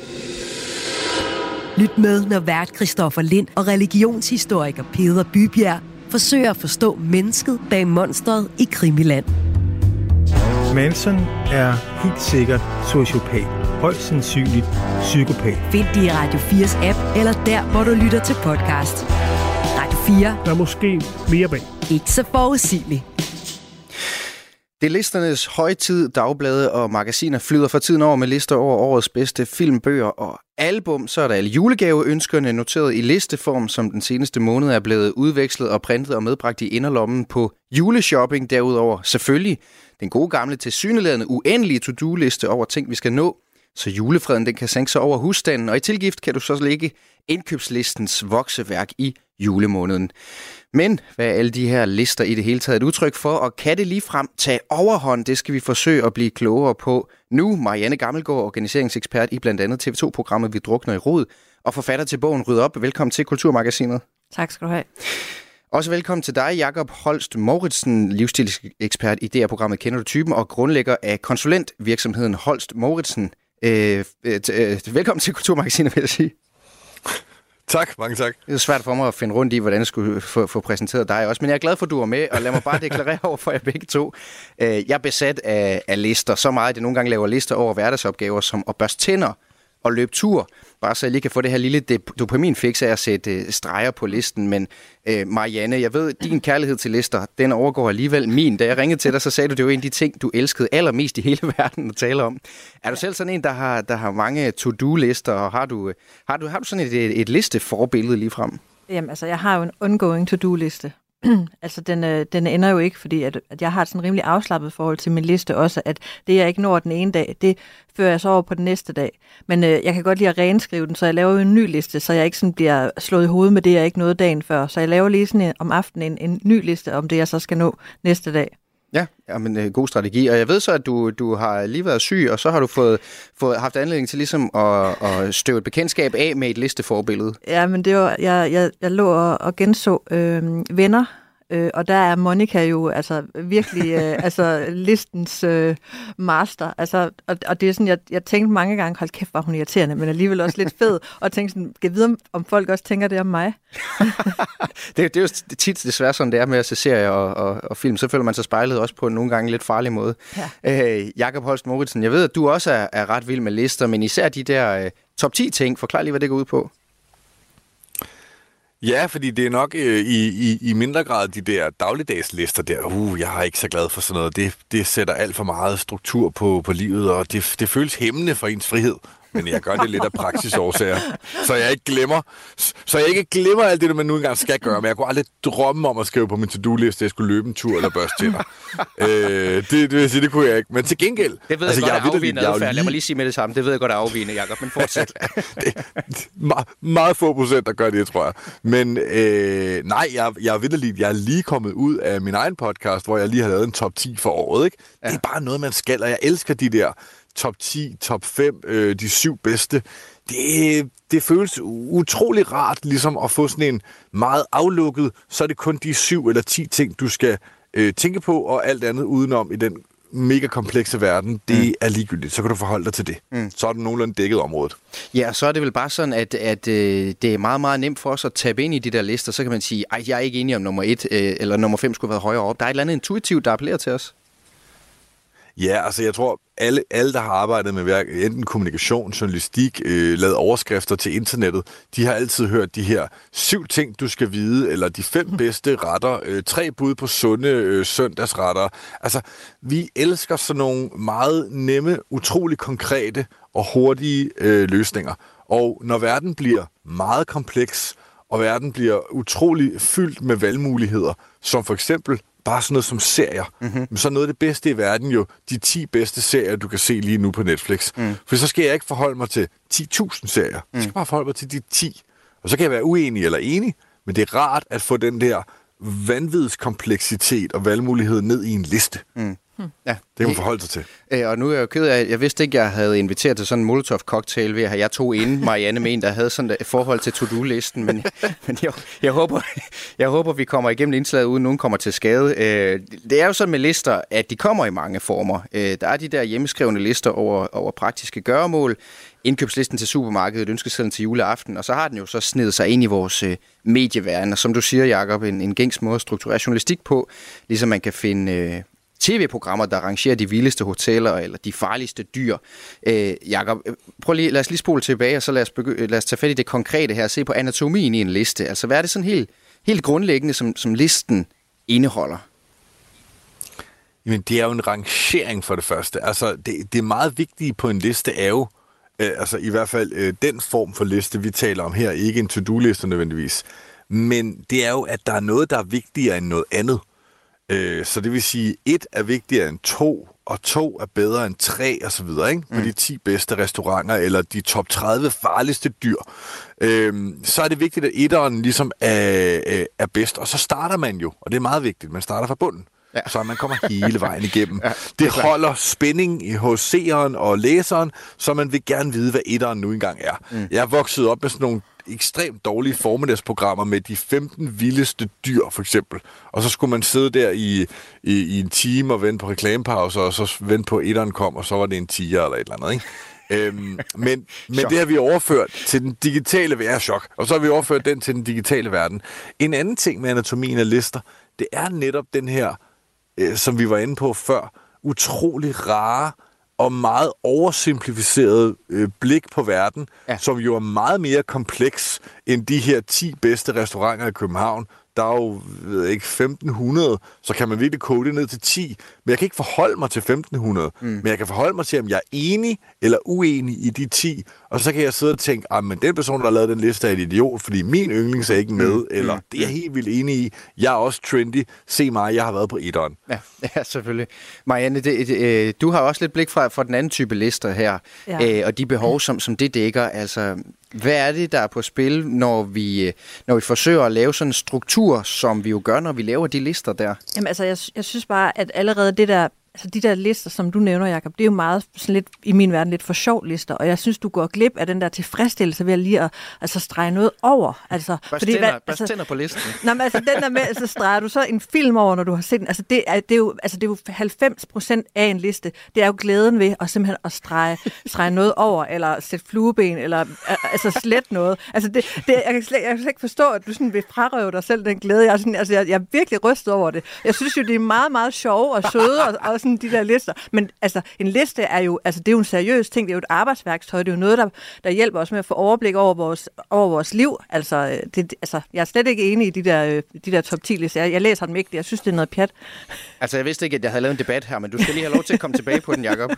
Lyt med, når vært Christoffer Lind og religionshistoriker Peder Bybjerg forsøger at forstå mennesket bag monstret i Krimiland. Manson er helt sikkert sociopat. Højst sandsynligt psykopat. Find det i Radio fires app, eller der, hvor du lytter til podcast. Radio fire. Der er måske mere bag. Ikke så forudsigeligt. Det er listernes højtid, dagblade og magasiner flyder for tiden over med lister over årets bedste film, bøger og album. Så er der alle julegaveønskerne noteret i listeform, som den seneste måned er blevet udvekslet og printet og medbragt i inderlommen på juleshopping. Derudover selvfølgelig den gode gamle tilsyneladende uendelige to-do-liste over ting, vi skal nå, så julefreden den kan sænke sig over husstanden. Og i tilgift kan du så lægge indkøbslistens vokseværk i julemåneden. Men hvad er alle de her lister i det hele taget et udtryk for, og kan det ligefrem tage overhånd? Det skal vi forsøge at blive klogere på nu. Marianne Gammelgaard, organiseringsekspert i blandt andet T V to-programmet Vi drukner i rod, og forfatter til bogen Ryd op. Velkommen til Kulturmagasinet. Tak skal du have. Også velkommen til dig, Jakob Holst Mouritsen, livsstilsekspert i D R-programmet Kender du typen, og grundlægger af konsulentvirksomheden Holst Mouritsen. Øh, øh, øh, velkommen til Kulturmagasinet, vil jeg sige. Tak, mange tak. Det er svært for mig at finde rundt i, hvordan jeg skulle få, få præsenteret dig også, men jeg er glad for, at du er med, og lad mig bare deklarere over for jer begge to. Jeg er besat af, af lister, så meget, at jeg nogle gange laver lister over hverdagsopgaver, som at børste tænder og løbe tur, bare så jeg lige kan få det her lille dopaminfix af at sætte streger på listen. Men øh, Marianne, jeg ved, din kærlighed til lister, den overgår alligevel min. Da jeg ringede til dig, så sagde du, det var en af de ting, du elskede allermest i hele verden at tale om. Er du selv sådan en, der har, der har mange to-do-lister, og har du, har du, har du sådan et, et listeforbillede ligefrem? Jamen, altså, jeg har jo en ongoing to-do-liste. altså, den, øh, den ender jo ikke, fordi at, at jeg har et sådan rimelig afslappet forhold til min liste også, at det, jeg ikke når den ene dag, det fører jeg så over på den næste dag. Men øh, jeg kan godt lide at renskrive den, så jeg laver jo en ny liste, så jeg ikke sådan bliver slået i hovedet med det, jeg ikke nåede dagen før. Så jeg laver lige sådan en, om aftenen en, en ny liste om det, jeg så skal nå næste dag. Ja, ja men øh, god strategi. Og jeg ved så, at du, du har lige været syg, og så har du fået, fået haft anledning til ligesom at, at støve et bekendtskab af med et listeforbillede. Ja, men det var, jeg, jeg, jeg lå og, og genså øh, Venner, øh, og der er Monica jo altså virkelig øh, altså listens øh, master. Altså, og, og det er sådan, jeg, jeg tænkte mange gange, hold kæft, var hun irriterende, men alligevel også lidt fed, og tænkte sådan, kan jeg vide, om folk også tænker det om mig? det, det er jo tit desværre sådan, det er med at se serier og, og, og film. Så føler man sig spejlet også på en nogle gange lidt farlig måde. Ja. Øh, Jakob Holst Mouritsen, jeg ved, at du også er, er ret vild med lister, men især de der øh, top ti ting. Forklar lige, hvad det går ud på. Ja, fordi det er nok øh, i, i, i mindre grad de der dagligdagslister der. Uh, jeg er ikke så glad for sådan noget. Det, det sætter alt for meget struktur på, på livet, og det, det føles hæmmende for ens frihed. Men jeg gør det lidt af praksisårsager, så jeg ikke glemmer, så jeg ikke glemmer alt det, man nu engang skal gøre. Men jeg kunne aldrig drømme om at skrive på min to-do-liste, at jeg skulle løbe en tur eller børste tænder. øh, det, det vil jeg sige, det kunne jeg ikke. Men til gengæld... Det ved altså, jeg godt er afvigende adfærd. Lad mig lige sige med det samme. Det ved jeg godt er afvigende, Jakob, men fortsæt. det, meget, meget få procent, der gør det, tror jeg. Men øh, nej, jeg, jeg er vitterligt, jeg er lige kommet ud af min egen podcast, hvor jeg lige har lavet en top ti for året. Ikke? Ja. Det er bare noget, man skal, og jeg elsker de der top ti, top fem, øh, de syv bedste. Det, det føles utrolig rart ligesom at få sådan en meget aflukket, så er det kun de syv eller ti ting, du skal øh, tænke på, og alt andet udenom i den mega komplekse verden, det mm. er ligegyldigt. Så kan du forholde dig til det. Mm. Så er det nogenlunde dækket området. Ja, så er det vel bare sådan, at, at øh, det er meget, meget nemt for os at tabe ind i de der lister. Så kan man sige, ej, jeg er ikke enig om nummer et, øh, eller nummer fem skulle have været højere op. Der er et eller andet intuitivt, der appellerer til os. Ja, altså jeg tror, alle, alle der har arbejdet med værk, enten kommunikation, journalistik, øh, lavet overskrifter til internettet, de har altid hørt de her syv ting, du skal vide, eller de fem bedste retter, øh, tre bud på sunde øh, søndagsretter. Altså, vi elsker sådan nogle meget nemme, utrolig konkrete og hurtige øh, løsninger. Og når verden bliver meget kompleks, og verden bliver utrolig fyldt med valgmuligheder, som for eksempel bare sådan noget som serier. Mm-hmm. Så er noget af det bedste i verden jo de ti bedste serier, du kan se lige nu på Netflix. Mm. For så skal jeg ikke forholde mig til ti tusind serier. Mm. Jeg skal bare forholde mig til de ti. Og så kan jeg være uenig eller enig, men det er rart at få den der vanvidskompleksitet og valgmulighed ned i en liste. Mm. Ja. Det kan man forholde sig til. Øh, og nu er jeg jo ked af, jeg vidste ikke, jeg havde inviteret til sådan en Molotov-cocktail ved at have jeg tog inden Marianne med en, der havde sådan et forhold til to-do-listen, men, men jeg, jeg, håber, jeg håber, vi kommer igennem indslaget, uden nogen kommer til skade. Øh, det er jo sådan med lister, at de kommer i mange former. Øh, der er de der hjemmeskrevne lister over, over praktiske gøremål, indkøbslisten til supermarkedet, ønskesedlen til juleaften, og så har den jo så snedet sig ind i vores øh, medieverden, og som du siger, Jacob, en, en gængs måde at strukturere journalistik på, ligesom man kan finde Øh, tv-programmer, der arrangerer de vildeste hoteller eller de farligste dyr. Øh, Jakob, prøv lige, lad os lige spole tilbage, og så lad os, begy- lad os tage fat i det konkrete her og se på anatomien i en liste. Altså, hvad er det sådan helt, helt grundlæggende, som, som listen indeholder? Jamen, det er jo en rangering for det første. Altså, det, det meget vigtige på en liste er jo, øh, altså i hvert fald øh, den form for liste, vi taler om her, ikke en to-do-liste nødvendigvis, men det er jo, at der er noget, der er vigtigere end noget andet. Så det vil sige, et er vigtigere end to, og to er bedre end tre, og så videre, ikke? På mm. de ti bedste restauranter, eller de top tredive farligste dyr. Øhm, så er det vigtigt, at etteren ligesom er, er bedst, og så starter man jo, og det er meget vigtigt, man starter fra bunden. Ja. Så man kommer hele vejen igennem. Ja, det, det holder spænding hos seeren og læseren, så man vil gerne vide, hvad etteren nu engang er. Mm. Jeg er vokset op med sådan nogle ekstremt dårlige formiddagsprogrammer med de femten vildeste dyr, for eksempel. Og så skulle man sidde der i, i, i en time og vente på reklamepauser, og så vente på etteren kom, og så var det en tiger eller et eller andet, ikke? øhm, men men det har vi overført til den digitale verden. Chok. Og så har vi overført den til den digitale verden. En anden ting med anatomien af lister, det er netop den her, øh, som vi var inde på før, utrolig rare og meget oversimplificeret øh, blik på verden, ja. Som jo er meget mere kompleks end de her ti bedste restauranter i København. Der er jo, ved jeg ikke, femten hundrede, så kan man virkelig kode det ned til ti. Men jeg kan ikke forholde mig til femten hundrede, mm. men jeg kan forholde mig til, om jeg er enig eller uenig i de ti. Og så kan jeg sidde og tænke, at den person, der har lavet den liste, er et idiot, fordi min yndlings er ikke med, mm. eller mm. det er jeg helt vildt enig i. Jeg er også trendy. Se mig, jeg har været på etteren. Ja, ja selvfølgelig. Marianne, det, det, øh, du har også lidt blik fra, fra den anden type lister her, ja. øh, og de behov, som, som det dækker. Altså, hvad er det, der er på spil, når vi, når vi forsøger at lave sådan en struktur, som vi jo gør, når vi laver de lister der? Jamen altså, jeg, jeg synes bare, at allerede det der, altså de der lister, som du nævner, Jacob, det er jo meget sådan lidt, i min verden, lidt for sjov lister, og jeg synes, du går glip af den der tilfredsstillelse ved at lige at altså, strege noget over. Altså, bare fordi, tænder, altså, tænder på listen. Nå, men altså, den der med, altså, streger du så en film over, når du har set den, altså det er, det er jo, altså, det er jo halvfems procent af en liste. Det er jo glæden ved at simpelthen at strege, strege noget over, eller sætte flueben, eller altså slet noget. Altså, det, det, jeg, kan slet, jeg kan slet ikke forstå, at du sådan vil frarøve dig selv den glæde. Jeg er, sådan, altså, jeg, jeg er virkelig rystet over det. Jeg synes jo, det er meget, meget sjove og søde, og, og sådan de der lister. Men altså, en liste er jo, altså, det er jo en seriøs ting, det er jo et arbejdsværktøj, det er jo noget, der, der hjælper os med at få overblik over vores, over vores liv. Altså, det, altså, jeg er slet ikke enig i de der, de der top ti lister. Jeg, jeg læser dem ikke, jeg synes, det er noget pjat. Altså, jeg vidste ikke, at jeg havde lavet en debat her, men du skal lige have lov til at komme tilbage på den, Jacob.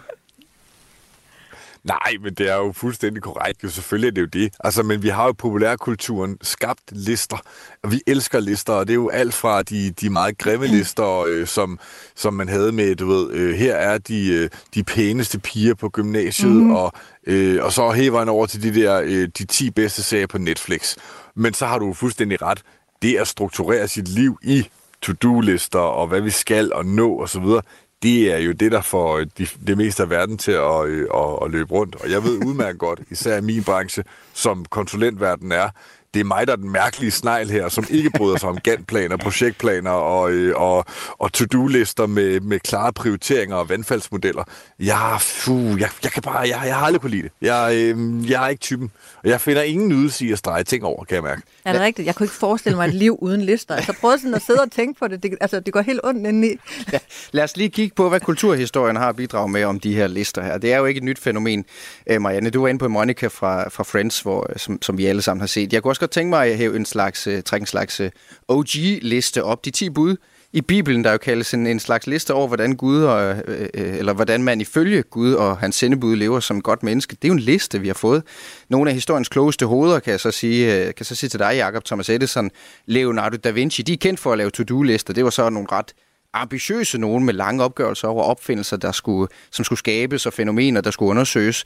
Nej, men det er jo fuldstændig korrekt. Jo, selvfølgelig er det jo det. Altså, men vi har jo populærkulturen skabt lister, og vi elsker lister, og det er jo alt fra de, de meget grimme lister, øh, som, som man havde med, du ved, øh, her er de, øh, de pæneste piger på gymnasiet, mm-hmm. og, øh, og så hæver han over til de der øh, de ti bedste serier på Netflix. Men så har du fuldstændig ret. Det at strukturere sit liv i to-do-lister, og hvad vi skal og nå, og så videre, det er jo det, der får de, det meste af verden til at, at, at løbe rundt. Og jeg ved udmærket godt, især i min branche, som konsulentverden er, det er mig, der er den mærkelige snegl her, som ikke bryder sig om Gantt-planer, projektplaner og, øh, og, og to-do-lister med, med klare prioriteringer og vandfaldsmodeller. Jeg, fuh, jeg, jeg kan bare, jeg, jeg har aldrig kunne lide det. Jeg, øh, jeg er ikke typen. Og jeg finder ingen nydelse i at strege ting over, kan jeg mærke. Er det rigtigt? Jeg kunne ikke forestille mig et liv uden lister. Altså prøv sådan at sidde og tænke på det. Det, altså, det går helt ondt indeni. Ja, lad os lige kigge på, hvad kulturhistorien har bidraget med om de her lister her. Det er jo ikke et nyt fænomen, Marianne. Du var inde på Monica fra, fra Friends, hvor, som, som vi alle sammen har set. Jeg kunne også godt tænke mig at hæve en slags, trække en slags O G-liste op. De ti bud i Bibelen, der jo kaldes en, en slags liste over, hvordan Gud og, øh, eller hvordan man ifølge Gud og hans sendebud lever som et godt menneske. Det er jo en liste, vi har fået. Nogle af historiens klogeste hoveder, kan jeg så sige, kan så sige til dig, Jacob, Thomas Edison, Leonardo da Vinci, de er kendt for at lave to-do-lister. Det var så nogle ret ambitiøse nogen med lange opgørelser over opfindelser, der skulle, som skulle skabes, og fænomener, der skulle undersøges.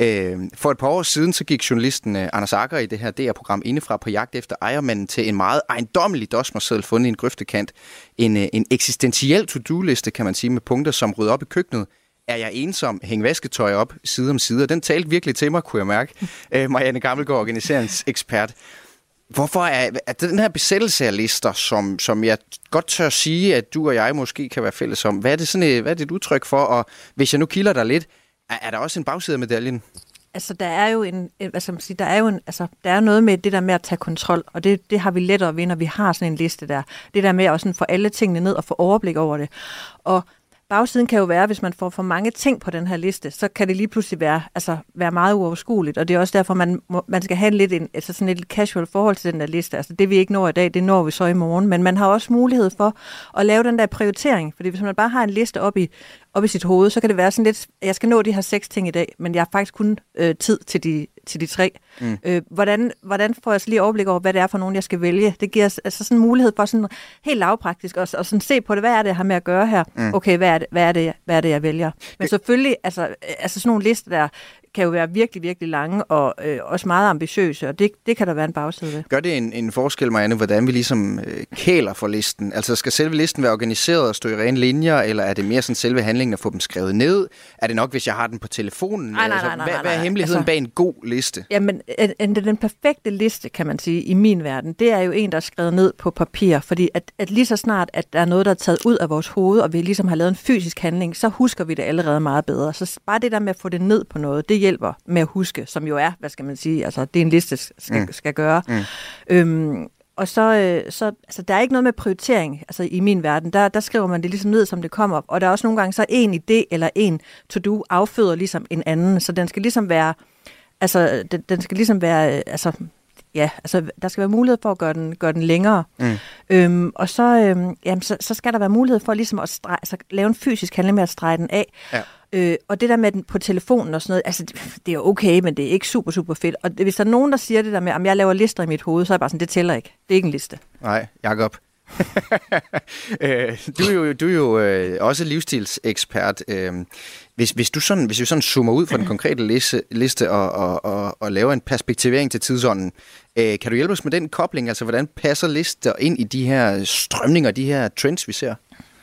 For et par år siden, så gik journalisten Anders Agger i det her D R-program indefra på jagt efter ejermanden til en meget ejendommelig dosmerseddel fundet i en grøftekant. En, en eksistentiel to-do-liste, kan man sige, med punkter som rydde op i køkkenet. Er jeg ensom? Hæng vasketøj op side om side. Og den talte virkelig til mig, kunne jeg mærke. Marianne Gammelgaard, organiseringsekspert. Hvorfor er, er den her besættelse af lister, som, som jeg godt tør sige, at du og jeg måske kan være fælles om, hvad er det, sådan et, hvad er det et udtryk for? Og hvis jeg nu kilder dig lidt, er, er der også en bagside af medaljen? Altså, der er jo en, hvad skal man sige, der er jo en, altså, der er noget med det der med at tage kontrol, og det, det har vi lettere ved, når vi har sådan en liste der. Det der med at sådan få alle tingene ned og få overblik over det. Og bagsiden kan jo være, hvis man får for mange ting på den her liste, så kan det lige pludselig være, altså, være meget uoverskueligt, og det er også derfor, man, må, man skal have lidt en, altså sådan et casual forhold til den der liste. Altså det vi ikke når i dag, det når vi så i morgen, men man har også mulighed for at lave den der prioritering, fordi hvis man bare har en liste op i, op i sit hoved, så kan det være sådan lidt, jeg skal nå de her seks ting i dag, men jeg har faktisk kun øh, tid til de, til de tre. Mm. Øh, hvordan, hvordan får jeg så lige overblik over, hvad det er for nogen, jeg skal vælge? Det giver altså sådan en mulighed for sådan helt lavpraktisk og, og sådan se på det, hvad er det, jeg har med at gøre her? Mm. Okay, hvad er det, hvad er det, hvad er det, jeg vælger? Men selvfølgelig, altså, altså sådan nogle lister der, kan jo være virkelig, virkelig lange og øh, også meget ambitiøse, og det, det kan der være en bagside ved. Gør det en, en forskel, Marianne, hvordan vi ligesom øh, kæler for listen? Altså skal selve listen være organiseret og stå i rene linjer, eller er det mere sådan selve handlingen at få dem skrevet ned? Er det nok, hvis jeg har den på telefonen? Nej, nej, altså, nej, nej, hvad, nej, nej. hvad er hemmeligheden altså, bag en god liste? Jamen, en, den perfekte liste, kan man sige, i min verden, det er jo en, der er skrevet ned på papir, fordi at, at lige så snart, at der er noget, der er taget ud af vores hoved, og vi ligesom har lavet en fysisk handling, så husker vi det allerede meget bedre. Så bare det der med at få det ned på noget, det hjælper med at huske, som jo er, hvad skal man sige, altså det er en liste, skal, mm. skal gøre. Mm. Øhm, og så, så altså, der er ikke noget med prioritering, altså i min verden, der, der skriver man det ligesom ned, som det kommer, og der er også nogle gange så en idé eller en to-do afføder ligesom en anden, så den skal ligesom være, altså den, den skal ligesom være, altså ja, altså der skal være mulighed for at gøre den, gøre den længere. Mm. Øhm, og så, øhm, jamen, så, så skal der være mulighed for ligesom at strege, altså, lave en fysisk handling med at strege den af. Ja. Øh, og det der med den på telefonen og sådan noget, altså det, det er okay, men det er ikke super, super fedt. Og hvis der er nogen, der siger det der med, at jeg laver lister i mit hoved, så er jeg bare sådan, det tæller ikke. Det er ikke en liste. Nej, Jacob. du er jo, du er jo øh, også livsstilsekspert. Øh, hvis, hvis, du sådan, hvis du sådan zoomer ud fra den konkrete liste, liste og, og, og, og laver en perspektivering til tidsånden, øh, kan du hjælpe os med den kobling? Altså, hvordan passer lister ind i de her strømninger, de her trends, vi ser?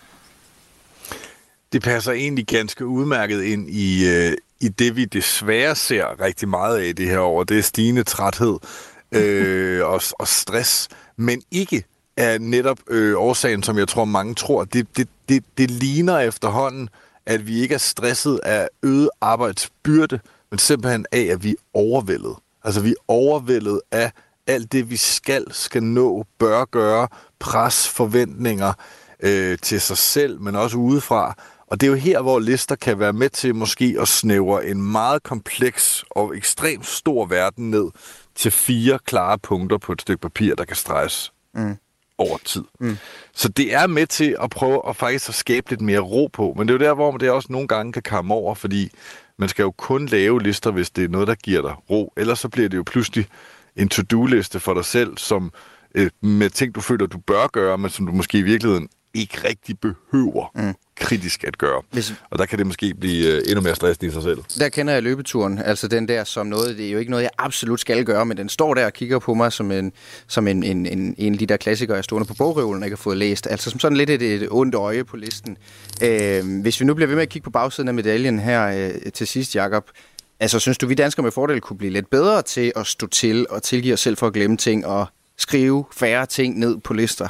Det passer egentlig ganske udmærket ind i, øh, i det, vi desværre ser rigtig meget af det her år. Det er stigende træthed øh, og, og stress, men ikke af netop øh, årsagen, som jeg tror mange tror. Det, det, det, det ligner efterhånden, at vi ikke er stresset af øget arbejdsbyrde, men simpelthen af, at vi er overvældet. Altså vi er overvældet af alt det, vi skal, skal nå, bør gøre, pres, forventninger øh, til sig selv, men også udefra. Og det er jo her, hvor lister kan være med til måske at snævre en meget kompleks og ekstremt stor verden ned til fire klare punkter på et stykke papir, der kan streges mm. over tid. Mm. Så det er med til at prøve at faktisk at skabe lidt mere ro på. Men det er jo der, hvor det også nogle gange kan komme over, fordi man skal jo kun lave lister, hvis det er noget, der giver dig ro. Ellers så bliver det jo pludselig en to-do-liste for dig selv, som øh, med ting, du føler, du bør gøre, men som du måske i virkeligheden ikke rigtig behøver mm. kritisk at gøre. Hvis... Og der kan det måske blive uh, endnu mere stressende i sig selv. Der kender jeg løbeturen, altså den der som noget, det er jo ikke noget, jeg absolut skal gøre, men den står der og kigger på mig som en, som en, en, en, en af de der klassikere, jeg stående på bogreolen, ikke har fået læst. Altså som sådan lidt et, et ondt øje på listen. Øh, hvis vi nu bliver ved med at kigge på bagsiden af medaljen her øh, til sidst, Jacob, Altså, synes du, vi danskere med fordel kunne blive lidt bedre til at stå til og tilgive os selv for at glemme ting og skrive færre ting ned på lister?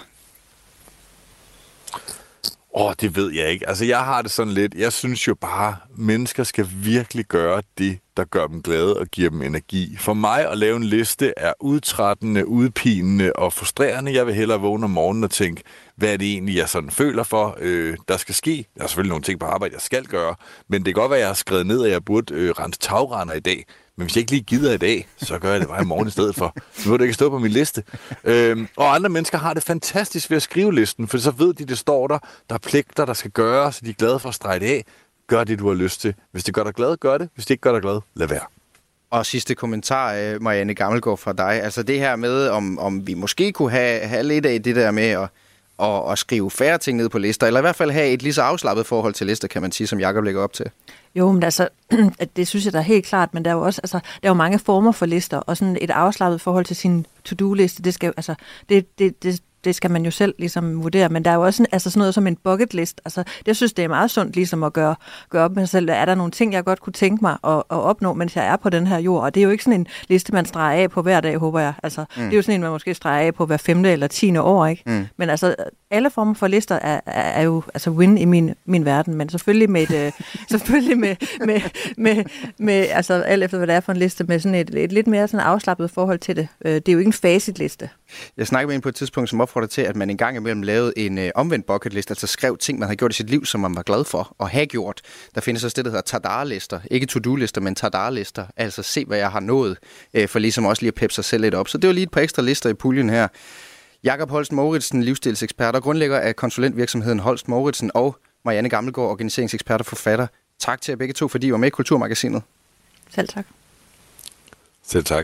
Åh, oh, det ved jeg ikke. Altså, jeg har det sådan lidt. Jeg synes jo bare, at mennesker skal virkelig gøre det, der gør dem glade og giver dem energi. For mig at lave en liste er udtrættende, udpinende og frustrerende. Jeg vil hellere vågne om morgenen og tænke, hvad er det egentlig, jeg sådan føler for, øh, der skal ske. Der er selvfølgelig nogle ting på arbejde, jeg skal gøre. Men det kan godt være, at jeg har skrevet ned, at jeg burde øh, rense tagrender i dag. Men hvis jeg ikke lige gider i dag, så gør jeg det bare i morgen i stedet for. Så må det ikke stå på min liste. Øhm, og andre mennesker har det fantastisk ved at skrive listen, for så ved de, det står der. Der er pligter, der skal gøres, så de er glade for at strege det af. Gør det, du har lyst til. Hvis det gør dig glad, gør det. Hvis det ikke gør dig glad, lad være. Og sidste kommentar, Marianne Gammelgaard, fra dig. Altså det her med, om, om vi måske kunne have, have lidt af det der med at, at, at skrive færre ting ned på lister, eller i hvert fald have et lige så afslappet forhold til lister, kan man sige, som Jacob lægger op til. Jo, men altså, det synes jeg da helt klart, men der er jo også, altså, der er jo mange former for lister, og sådan et afslappet forhold til sin to-do-liste, det skal altså, det, det, det, det skal man jo selv ligesom vurdere, men der er jo også altså sådan noget som en bucket list. Altså, det, jeg synes, det er meget sundt ligesom at gøre, gøre op med sig selv. Er der nogle ting, jeg godt kunne tænke mig at, at opnå, mens jeg er på den her jord? Og det er jo ikke sådan en liste, man streger af på hver dag, håber jeg. Altså, mm. Det er jo sådan en, man måske streger af på hver femte eller tiende år, ikke? Mm. Men altså, alle former for lister er, er, er jo altså win i min, min verden, men selvfølgelig med et, øh, selvfølgelig med, med, med, med, altså alt efter, hvad det er for en liste, med sådan et, et lidt mere sådan afslappet forhold til det. Det er jo ikke en facitliste. Jeg snakkede med en på et tidspunkt, som opfordrer til, at man en gang imellem lavede en øh, omvendt bucket list, altså skrev ting, man havde gjort i sit liv, som man var glad for at have gjort. Der findes også det, der hedder Tadar-lister. Ikke to-do-lister, men Tadar-lister. Altså se, hvad jeg har nået, øh, for ligesom også lige at peppe sig selv lidt op. Så det var lige et par ekstra lister i puljen her. Jakob Holst Mouritsen, livsstilsekspert og grundlægger af konsulentvirksomheden Holst Mouritsen, og Marianne Gammelgaard, organiseringsekspert og forfatter. Tak til jer begge to, fordi I var med i Kulturmagasinet. Selv tak. Selv tak.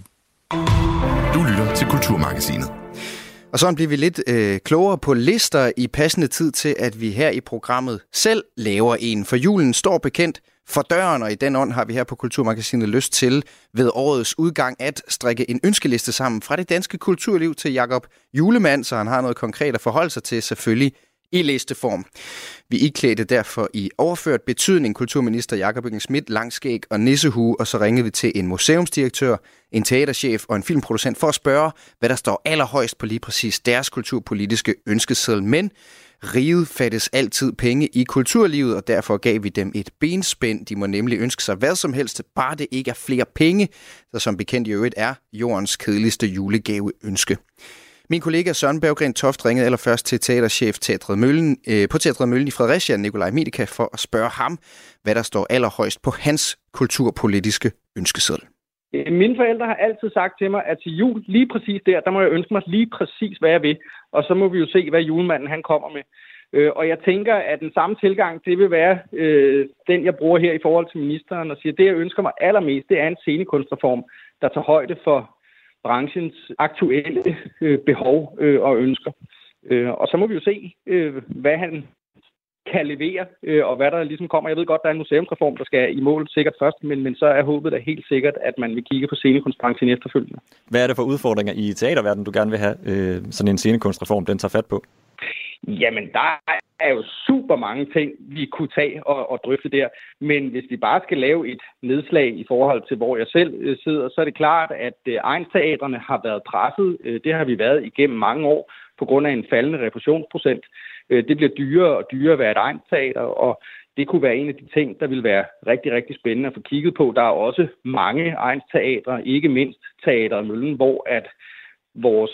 Du lytter til Kulturmagasinet. Og sådan bliver vi lidt øh, klogere på lister i passende tid til, at vi her i programmet selv laver en. For julen står bekendt for døren, og i den ånd har vi her på Kulturmagasinet lyst til ved årets udgang at strikke en ønskeliste sammen fra det danske kulturliv til Jakob Julemand, så han har noget konkret at forholde sig til, selvfølgelig i listeform. Vi iklædte derfor i overført betydning kulturminister Jakob Engel-Schmidt, langskæg og nissehue, og så ringede vi til en museumsdirektør, en teaterchef og en filmproducent for at spørge, hvad der står allerhøjst på lige præcis deres kulturpolitiske ønskeseddel. Men riget fattes altid penge i kulturlivet, og derfor gav vi dem et benspænd. De må nemlig ønske sig hvad som helst, bare det ikke er flere penge, der som bekendt i øvrigt er jordens kedeligste julegaveønske. Min kollega Søren Berggren Toft ringede allerførst til teaterchef Teatret Møllen, øh, på Teatret Møllen i Fredericia, Nikolaj Miedeke, for at spørge ham, hvad der står allerhøjst på hans kulturpolitiske ønskeseddel. Mine forældre har altid sagt til mig, at til jul lige præcis der, der må jeg ønske mig lige præcis, hvad jeg vil. Og så må vi jo se, hvad julemanden han kommer med. Øh, og jeg tænker, at den samme tilgang, det vil være øh, den, jeg bruger her i forhold til ministeren, og siger, det jeg ønsker mig allermest, det er en scenekunstreform, der tager højde for branchens aktuelle øh, behov øh, og ønsker. Øh, og så må vi jo se, øh, hvad han kan levere, øh, og hvad der ligesom kommer. Jeg ved godt, der er en museumsreform, der skal i mål sikkert først, men, men så er håbet da helt sikkert, at man vil kigge på scenekunstbranchen efterfølgende. Hvad er det for udfordringer i teaterverdenen, du gerne vil have øh, sådan en scenekunstreform, den tager fat på? Jamen, der er jo super mange ting, vi kunne tage og, og drøfte der. Men hvis vi bare skal lave et nedslag i forhold til, hvor jeg selv øh, sidder, så er det klart, at øh, egnsteatrene har været presset. Øh, det har vi været igennem mange år på grund af en faldende refusionsprocent. Øh, det bliver dyrere og dyrere at være et egnsteater, og det kunne være en af de ting, der vil være rigtig, rigtig spændende at få kigget på. Der er også mange egnsteatre, ikke mindst Teatret Møllen, hvor at vores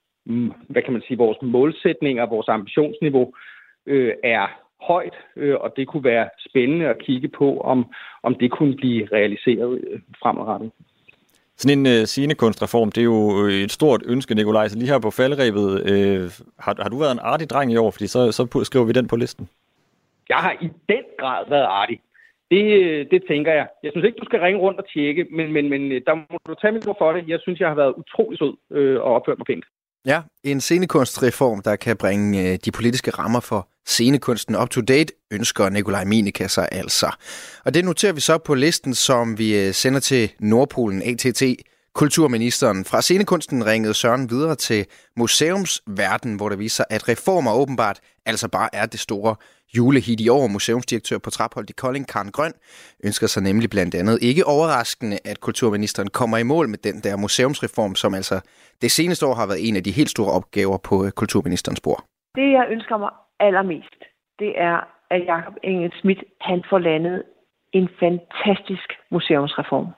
hvad kan man sige, vores målsætninger, vores ambitionsniveau øh, er højt, øh, og det kunne være spændende at kigge på, om, om det kunne blive realiseret øh, fremadrettet. Sådan en øh, scenekunstreform, det er jo et stort ønske, Nikolaj. Så lige her på faldrebet, øh, har, har du været en artig dreng i år? Fordi så, så skriver vi den på listen. Jeg har i den grad været artig. Det, det tænker jeg. Jeg synes ikke, du skal ringe rundt og tjekke, men, men, men der må du tage mit ord for det. Jeg synes, jeg har været utrolig sød øh, og opført mig pænt. Ja, en scenekunstreform, der kan bringe de politiske rammer for scenekunsten up to date, ønsker Nikolaj Miedeke sig altså. Og det noterer vi så på listen, som vi sender til Nordpolen. A T T kulturministeren. Fra scenekunsten ringede Søren videre til museumsverden, hvor det viser sig, at reformer åbenbart altså bare er det store julehit i år. Museumsdirektør på Trapholt i Kolding, Karen Grøn, ønsker sig nemlig blandt andet ikke overraskende, at kulturministeren kommer i mål med den der museumsreform, som altså det seneste år har været en af de helt store opgaver på kulturministerens bord. Det, jeg ønsker mig allermest, det er, at Jakob Engel-Schmidt, han får landet en fantastisk museumsreform.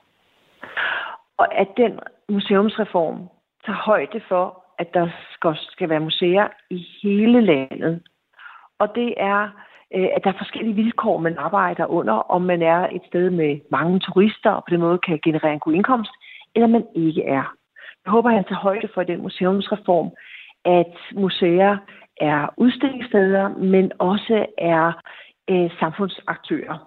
Og at den museumsreform tager højde for, at der skal være museer i hele landet. Og det er, at der er forskellige vilkår, man arbejder under, om man er et sted med mange turister, og på den måde kan generere en god indkomst, eller man ikke er. Jeg håber, at han tager højde for den museumsreform, at museer er udstillingssteder, men også er øh, samfundsaktører.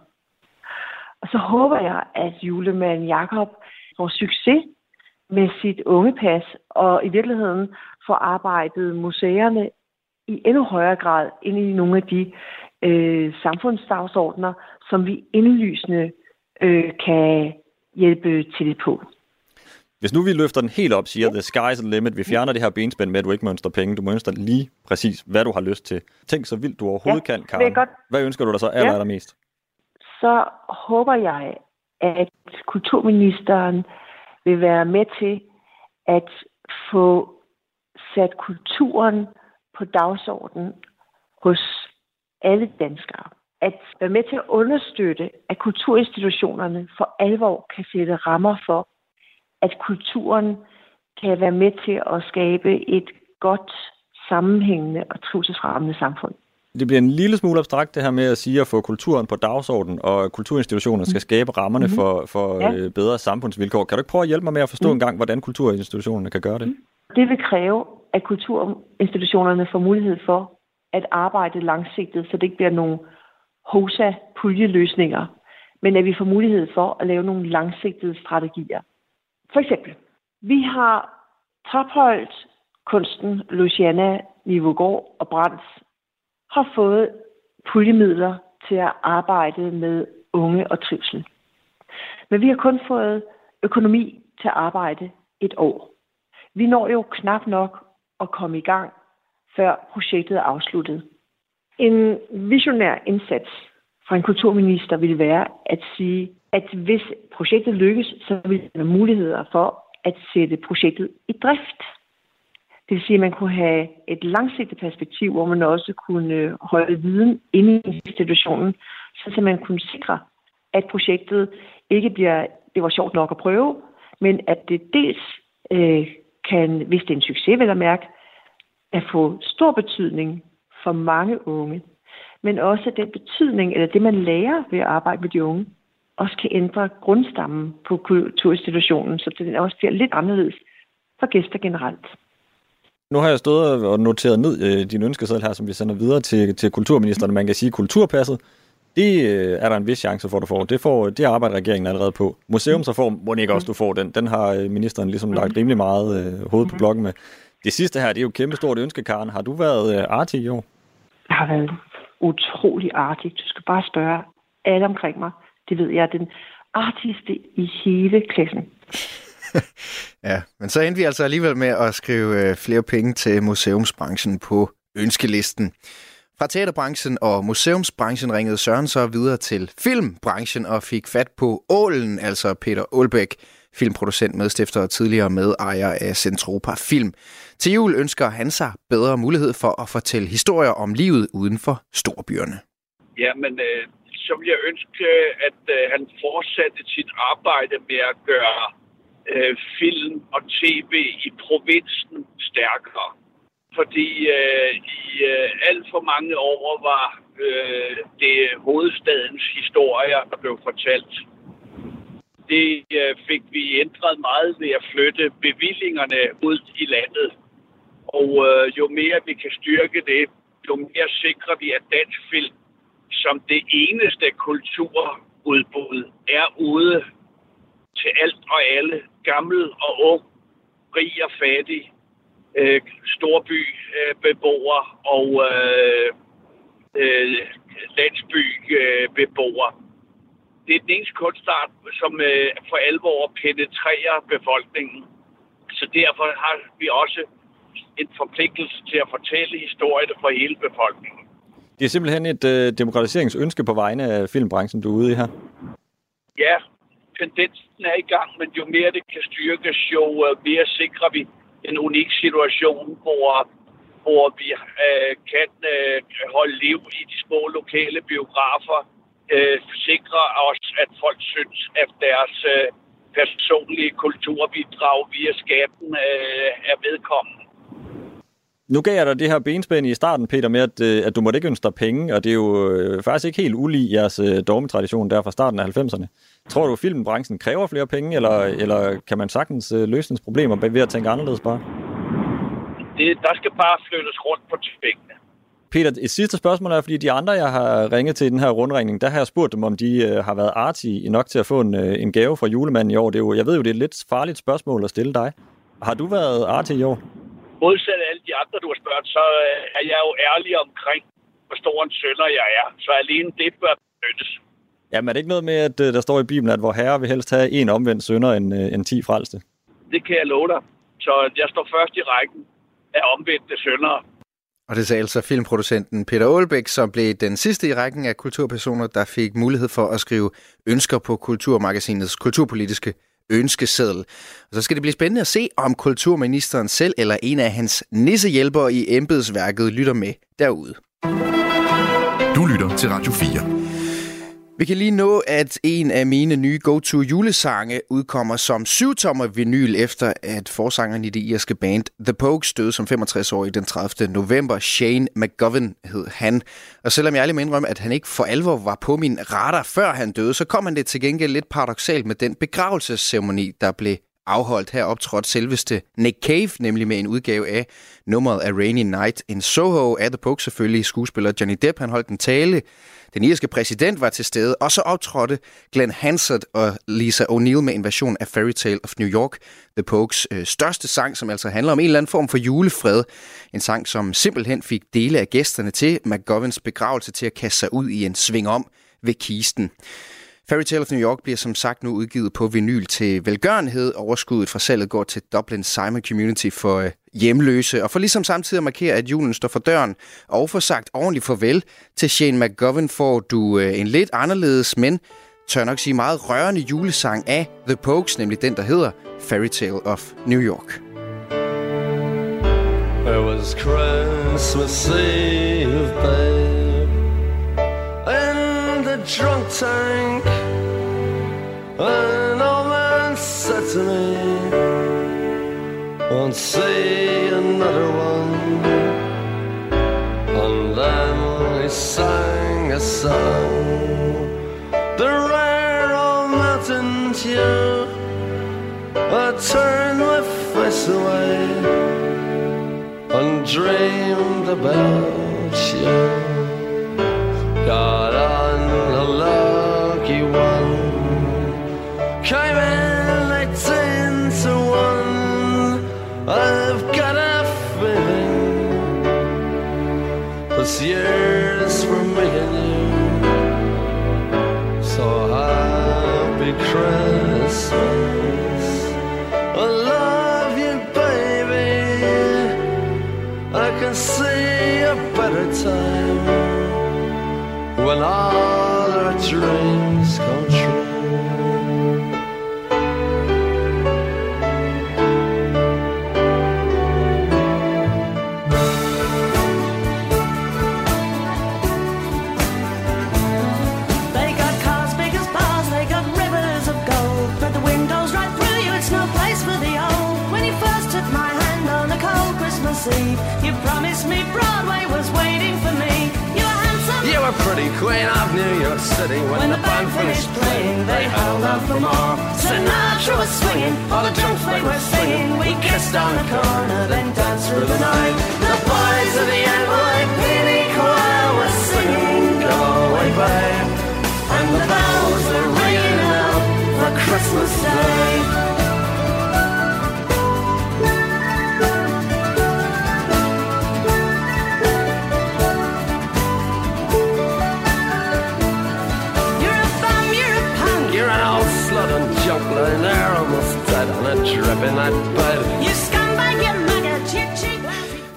Og så håber jeg, at julemand Jakob får succes med sit ungepas, og i virkeligheden får arbejdet museerne i endnu højere grad ind i nogle af de øh, samfundsdagsordner, som vi indlysende øh, kan hjælpe til på. Hvis nu vi løfter den helt op, siger, the sky's the limit, vi fjerner det her benspænd med, at du ikke mønster penge, du mønster lige præcis, hvad du har lyst til. Tænk så vildt, du overhovedet ja, kan, Karen. Godt. Hvad ønsker du dig så aller, ja. allermest? Så håber jeg, at kulturministeren vil være med til at få sat kulturen på dagsordenen hos alle danskere. At være med til at understøtte, at kulturinstitutionerne for alvor kan sætte rammer for, at kulturen kan være med til at skabe et godt, sammenhængende og trivselsfremmende samfund. Det bliver en lille smule abstrakt, det her med at sige at få kulturen på dagsordenen, og kulturinstitutionerne skal skabe rammerne mm-hmm. for, for ja. bedre samfundsvilkår. Kan du ikke prøve at hjælpe mig med at forstå mm. en gang, hvordan kulturinstitutionerne kan gøre det? Det vil kræve, at kulturinstitutionerne får mulighed for at arbejde langsigtet, så det ikke bliver nogle hovsa-puljeløsninger, men at vi får mulighed for at lave nogle langsigtede strategier. For eksempel, vi har Trapholt, Kunsten, Luciana, Nivogård og Brands har fået puljemidler til at arbejde med unge og trivsel. Men vi har kun fået økonomi til at arbejde et år. Vi når jo knap nok at komme i gang, før projektet er afsluttet. En visionær indsats fra en kulturminister ville være at sige, at hvis projektet lykkes, så vil der være muligheder for at sætte projektet i drift. Det vil sige, at man kunne have et langsigtet perspektiv, hvor man også kunne holde viden inde i institutionen, så man kunne sikre, at projektet ikke bliver, det var sjovt nok at prøve, men at det dels øh, kan, hvis det er en succes, vil jeg mærke, at få stor betydning for mange unge, men også den betydning, eller det man lærer ved at arbejde med de unge, også kan ændre grundstammen på kulturinstitutionen, så den også bliver lidt anderledes for gæster generelt. Nu har jeg stået og noteret ned øh, din ønskeseddel her, som vi sender videre til, til kulturministeren. Man kan sige, kulturpasset, det øh, er der en vis chance for, du får. Det, får, det arbejder regeringen allerede på. Museumsreform, må ikke også du får den. Den har ministeren ligesom lagt rimelig meget øh, hoved på blokken med. Det sidste her, det er jo et kæmpe stort ønske, Karen. Har du været øh, artig i år? Jeg har været utrolig artig. Du skal bare spørge alle omkring mig. Det ved jeg er den artigste i hele klassen. Ja, men så endte vi altså alligevel med at skrive flere penge til museumsbranchen på ønskelisten. Fra teaterbranchen og museumsbranchen ringede Søren så videre til filmbranchen og fik fat på Ålen, altså Peter Aalbæk, filmproducent, medstifter og tidligere medejer af Centropa Film. Til jul ønsker han sig bedre mulighed for at fortælle historier om livet uden for storbyerne. Ja, men øh, så vil jeg ønske, at øh, han fortsatte sit arbejde med at gøre øh, film og tv i provinsen stærkere. Fordi øh, i øh, alt for mange år var øh, det hovedstadens historier, der blev fortalt. Det øh, fik vi ændret meget ved at flytte bevillingerne ud i landet. Og øh, jo mere vi kan styrke det, jo mere sikrer vi, at dansk film som det eneste kulturudbud er ude til alt og alle, gammel og ung, rig og fattig, øh, storbybeboere øh, og øh, øh, landsbybeboere. det er den eneste kunstart, som øh, for alvor penetrerer befolkningen. Så derfor har vi også en forpligtelse til at fortælle historierne for hele befolkningen. Det er simpelthen et øh, demokratiseringsønske på vegne af filmbranchen, du er ude i her. Ja, tendensen er i gang, men jo mere det kan styrkes, jo mere sikrer vi en unik situation, hvor, hvor vi øh, kan øh, holde liv i de små lokale biografer, øh, sikre os, at folk synes, at deres øh, personlige kulturbidrag via skatten øh, er vedkommende. Nu gav jeg dig det her benspænd i starten, Peter, med, at, at du måtte ikke ønske dig penge, og det er jo øh, faktisk ikke helt ulig jeres øh, dogmetradition der fra starten af halvfemserne. Tror du, at filmbranchen kræver flere penge, eller, eller kan man sagtens øh, løse dens problemer ved at tænke anderledes bare? Det, der skal bare flyttes rundt på pengene. Peter, et sidste spørgsmål er, fordi de andre, jeg har ringet til i den her rundringning, der har jeg spurgt dem, om de øh, har været artige nok til at få en, øh, en gave fra julemanden i år. Det er jo, jeg ved jo, det er et lidt farligt spørgsmål at stille dig. Har du været artig i år? Modsat alle de andre, du har spurgt, så er jeg jo ærlig omkring, hvor stor en synder jeg er. Så alene det bør benyttes. Jamen er det ikke noget med, at der står i Bibelen, at vor Herre vil helst have en omvendt synder end, end ti frelste? Det kan jeg love dig. Så jeg står først i rækken af omvendte syndere. Og det sagde altså filmproducenten Peter Aalbæk, som blev den sidste i rækken af kulturpersoner, der fik mulighed for at skrive ønsker på Kulturmagasinets kulturpolitiske ønskeseddel. Og så skal det blive spændende at se, om kulturministeren selv eller en af hans nissehjælpere i embedsværket lytter med derude. Du lytter til Radio fire. Vi kan lige nå, at en af mine nye go-to julesange udkommer som syvtommer vinyl, efter at forsangeren i det irske band The Pogues døde som femogtres-årig den tredivte november. Shane McGovern hed han. Og selvom jeg aldrig må indrømme, at han ikke for alvor var på min radar før han døde, så kom han det til gengæld lidt paradoksalt med den begravelsesceremoni, der blev afholdt. Her optrådte selveste Nick Cave, nemlig med en udgave af nummeret A Rainy Night in Soho af The Pogues, selvfølgelig skuespiller Johnny Depp. Han holdt en tale. Den irske præsident var til stede, og så optrådte Glenn Hansard og Lisa O'Neill med en version af Fairy Tale of New York, The Pogues øh, største sang, som altså handler om en eller anden form for julefred. En sang, som simpelthen fik dele af gæsterne til McGoverns begravelse til at kaste sig ud i en sving om ved kisten. Fairy Tale of New York bliver som sagt nu udgivet på vinyl til velgørenhed. Overskuddet fra salget går til Dublin Simon Community for øh, hjemløse. Og for ligesom samtidig at markere, at julen står for døren, og for sagt ordentligt farvel til Shane McGovern, får du øh, en lidt anderledes, men tør nok sige meget rørende julesang af The Pogues, nemlig den, der hedder Fairy Tale of New York. It was Christmas Eve, babe, in the drunk tank. An old man said to me, won't see another one. And then he sang a song, the rare old mountain tune. I turned my face away and dreamed about you. Got on a lucky one, came in eighteen to one. I've got a feeling this year's for me and you. So happy Christmas, I love you, baby. I can see a better time when all our dreams come true. They got cars big as bars, they got rivers of gold, but the windows right through you, it's no place for the old. When you first took my hand on a cold Christmas Eve, you promised me Broadway was waiting for me. You were handsome, You were pretty queen of New York City. When, when the band finished playing, they held out for more. Sinatra was swinging, all the drunks they were singing. We kissed on the corner, then danced through the night. The boys of the N Y P D choir were singing, go away, babe. And the bells were ringing out for Christmas Day. You're a bum, you're a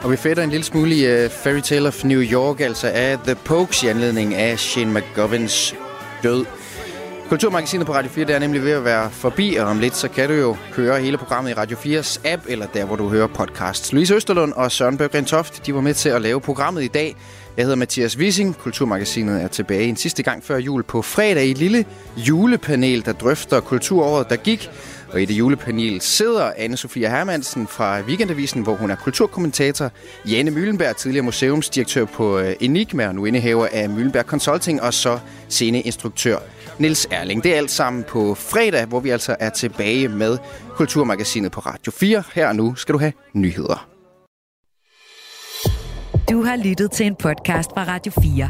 Og vi fætter en lille smule i uh, Fairy Tale of New York, altså af The Pogues i anledning af Shane McGovans død. Kulturmagasinet på Radio fire, det er nemlig ved at være forbi, og om lidt så kan du jo høre hele programmet i Radio fires app, eller der, hvor du hører podcasts. Louise Østerlund og Søren Berggren Toft, de var med til at lave programmet i dag. Jeg hedder Mathias Wissing. Kulturmagasinet er tilbage en sidste gang før jul på fredag i et lille julepanel, der drøfter kulturåret, der gik. Og i det julepanel sidder Anne-Sophia Hermansen fra Weekendavisen, hvor hun er kulturkommentator. Jane Møllenberg, tidligere museumsdirektør på Enigma, og nu indehaver af Møllenberg Consulting, og så sceneinstruktør Niels Erling. Det er alt sammen på fredag, hvor vi altså er tilbage med Kulturmagasinet på Radio fire. Her og nu skal du have nyheder. Du har lyttet til en podcast fra Radio fire.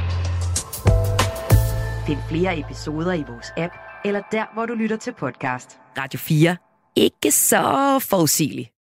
Find flere episoder i vores app, eller der, hvor du lytter til podcast. Radio fire. Ikke så forudsigeligt.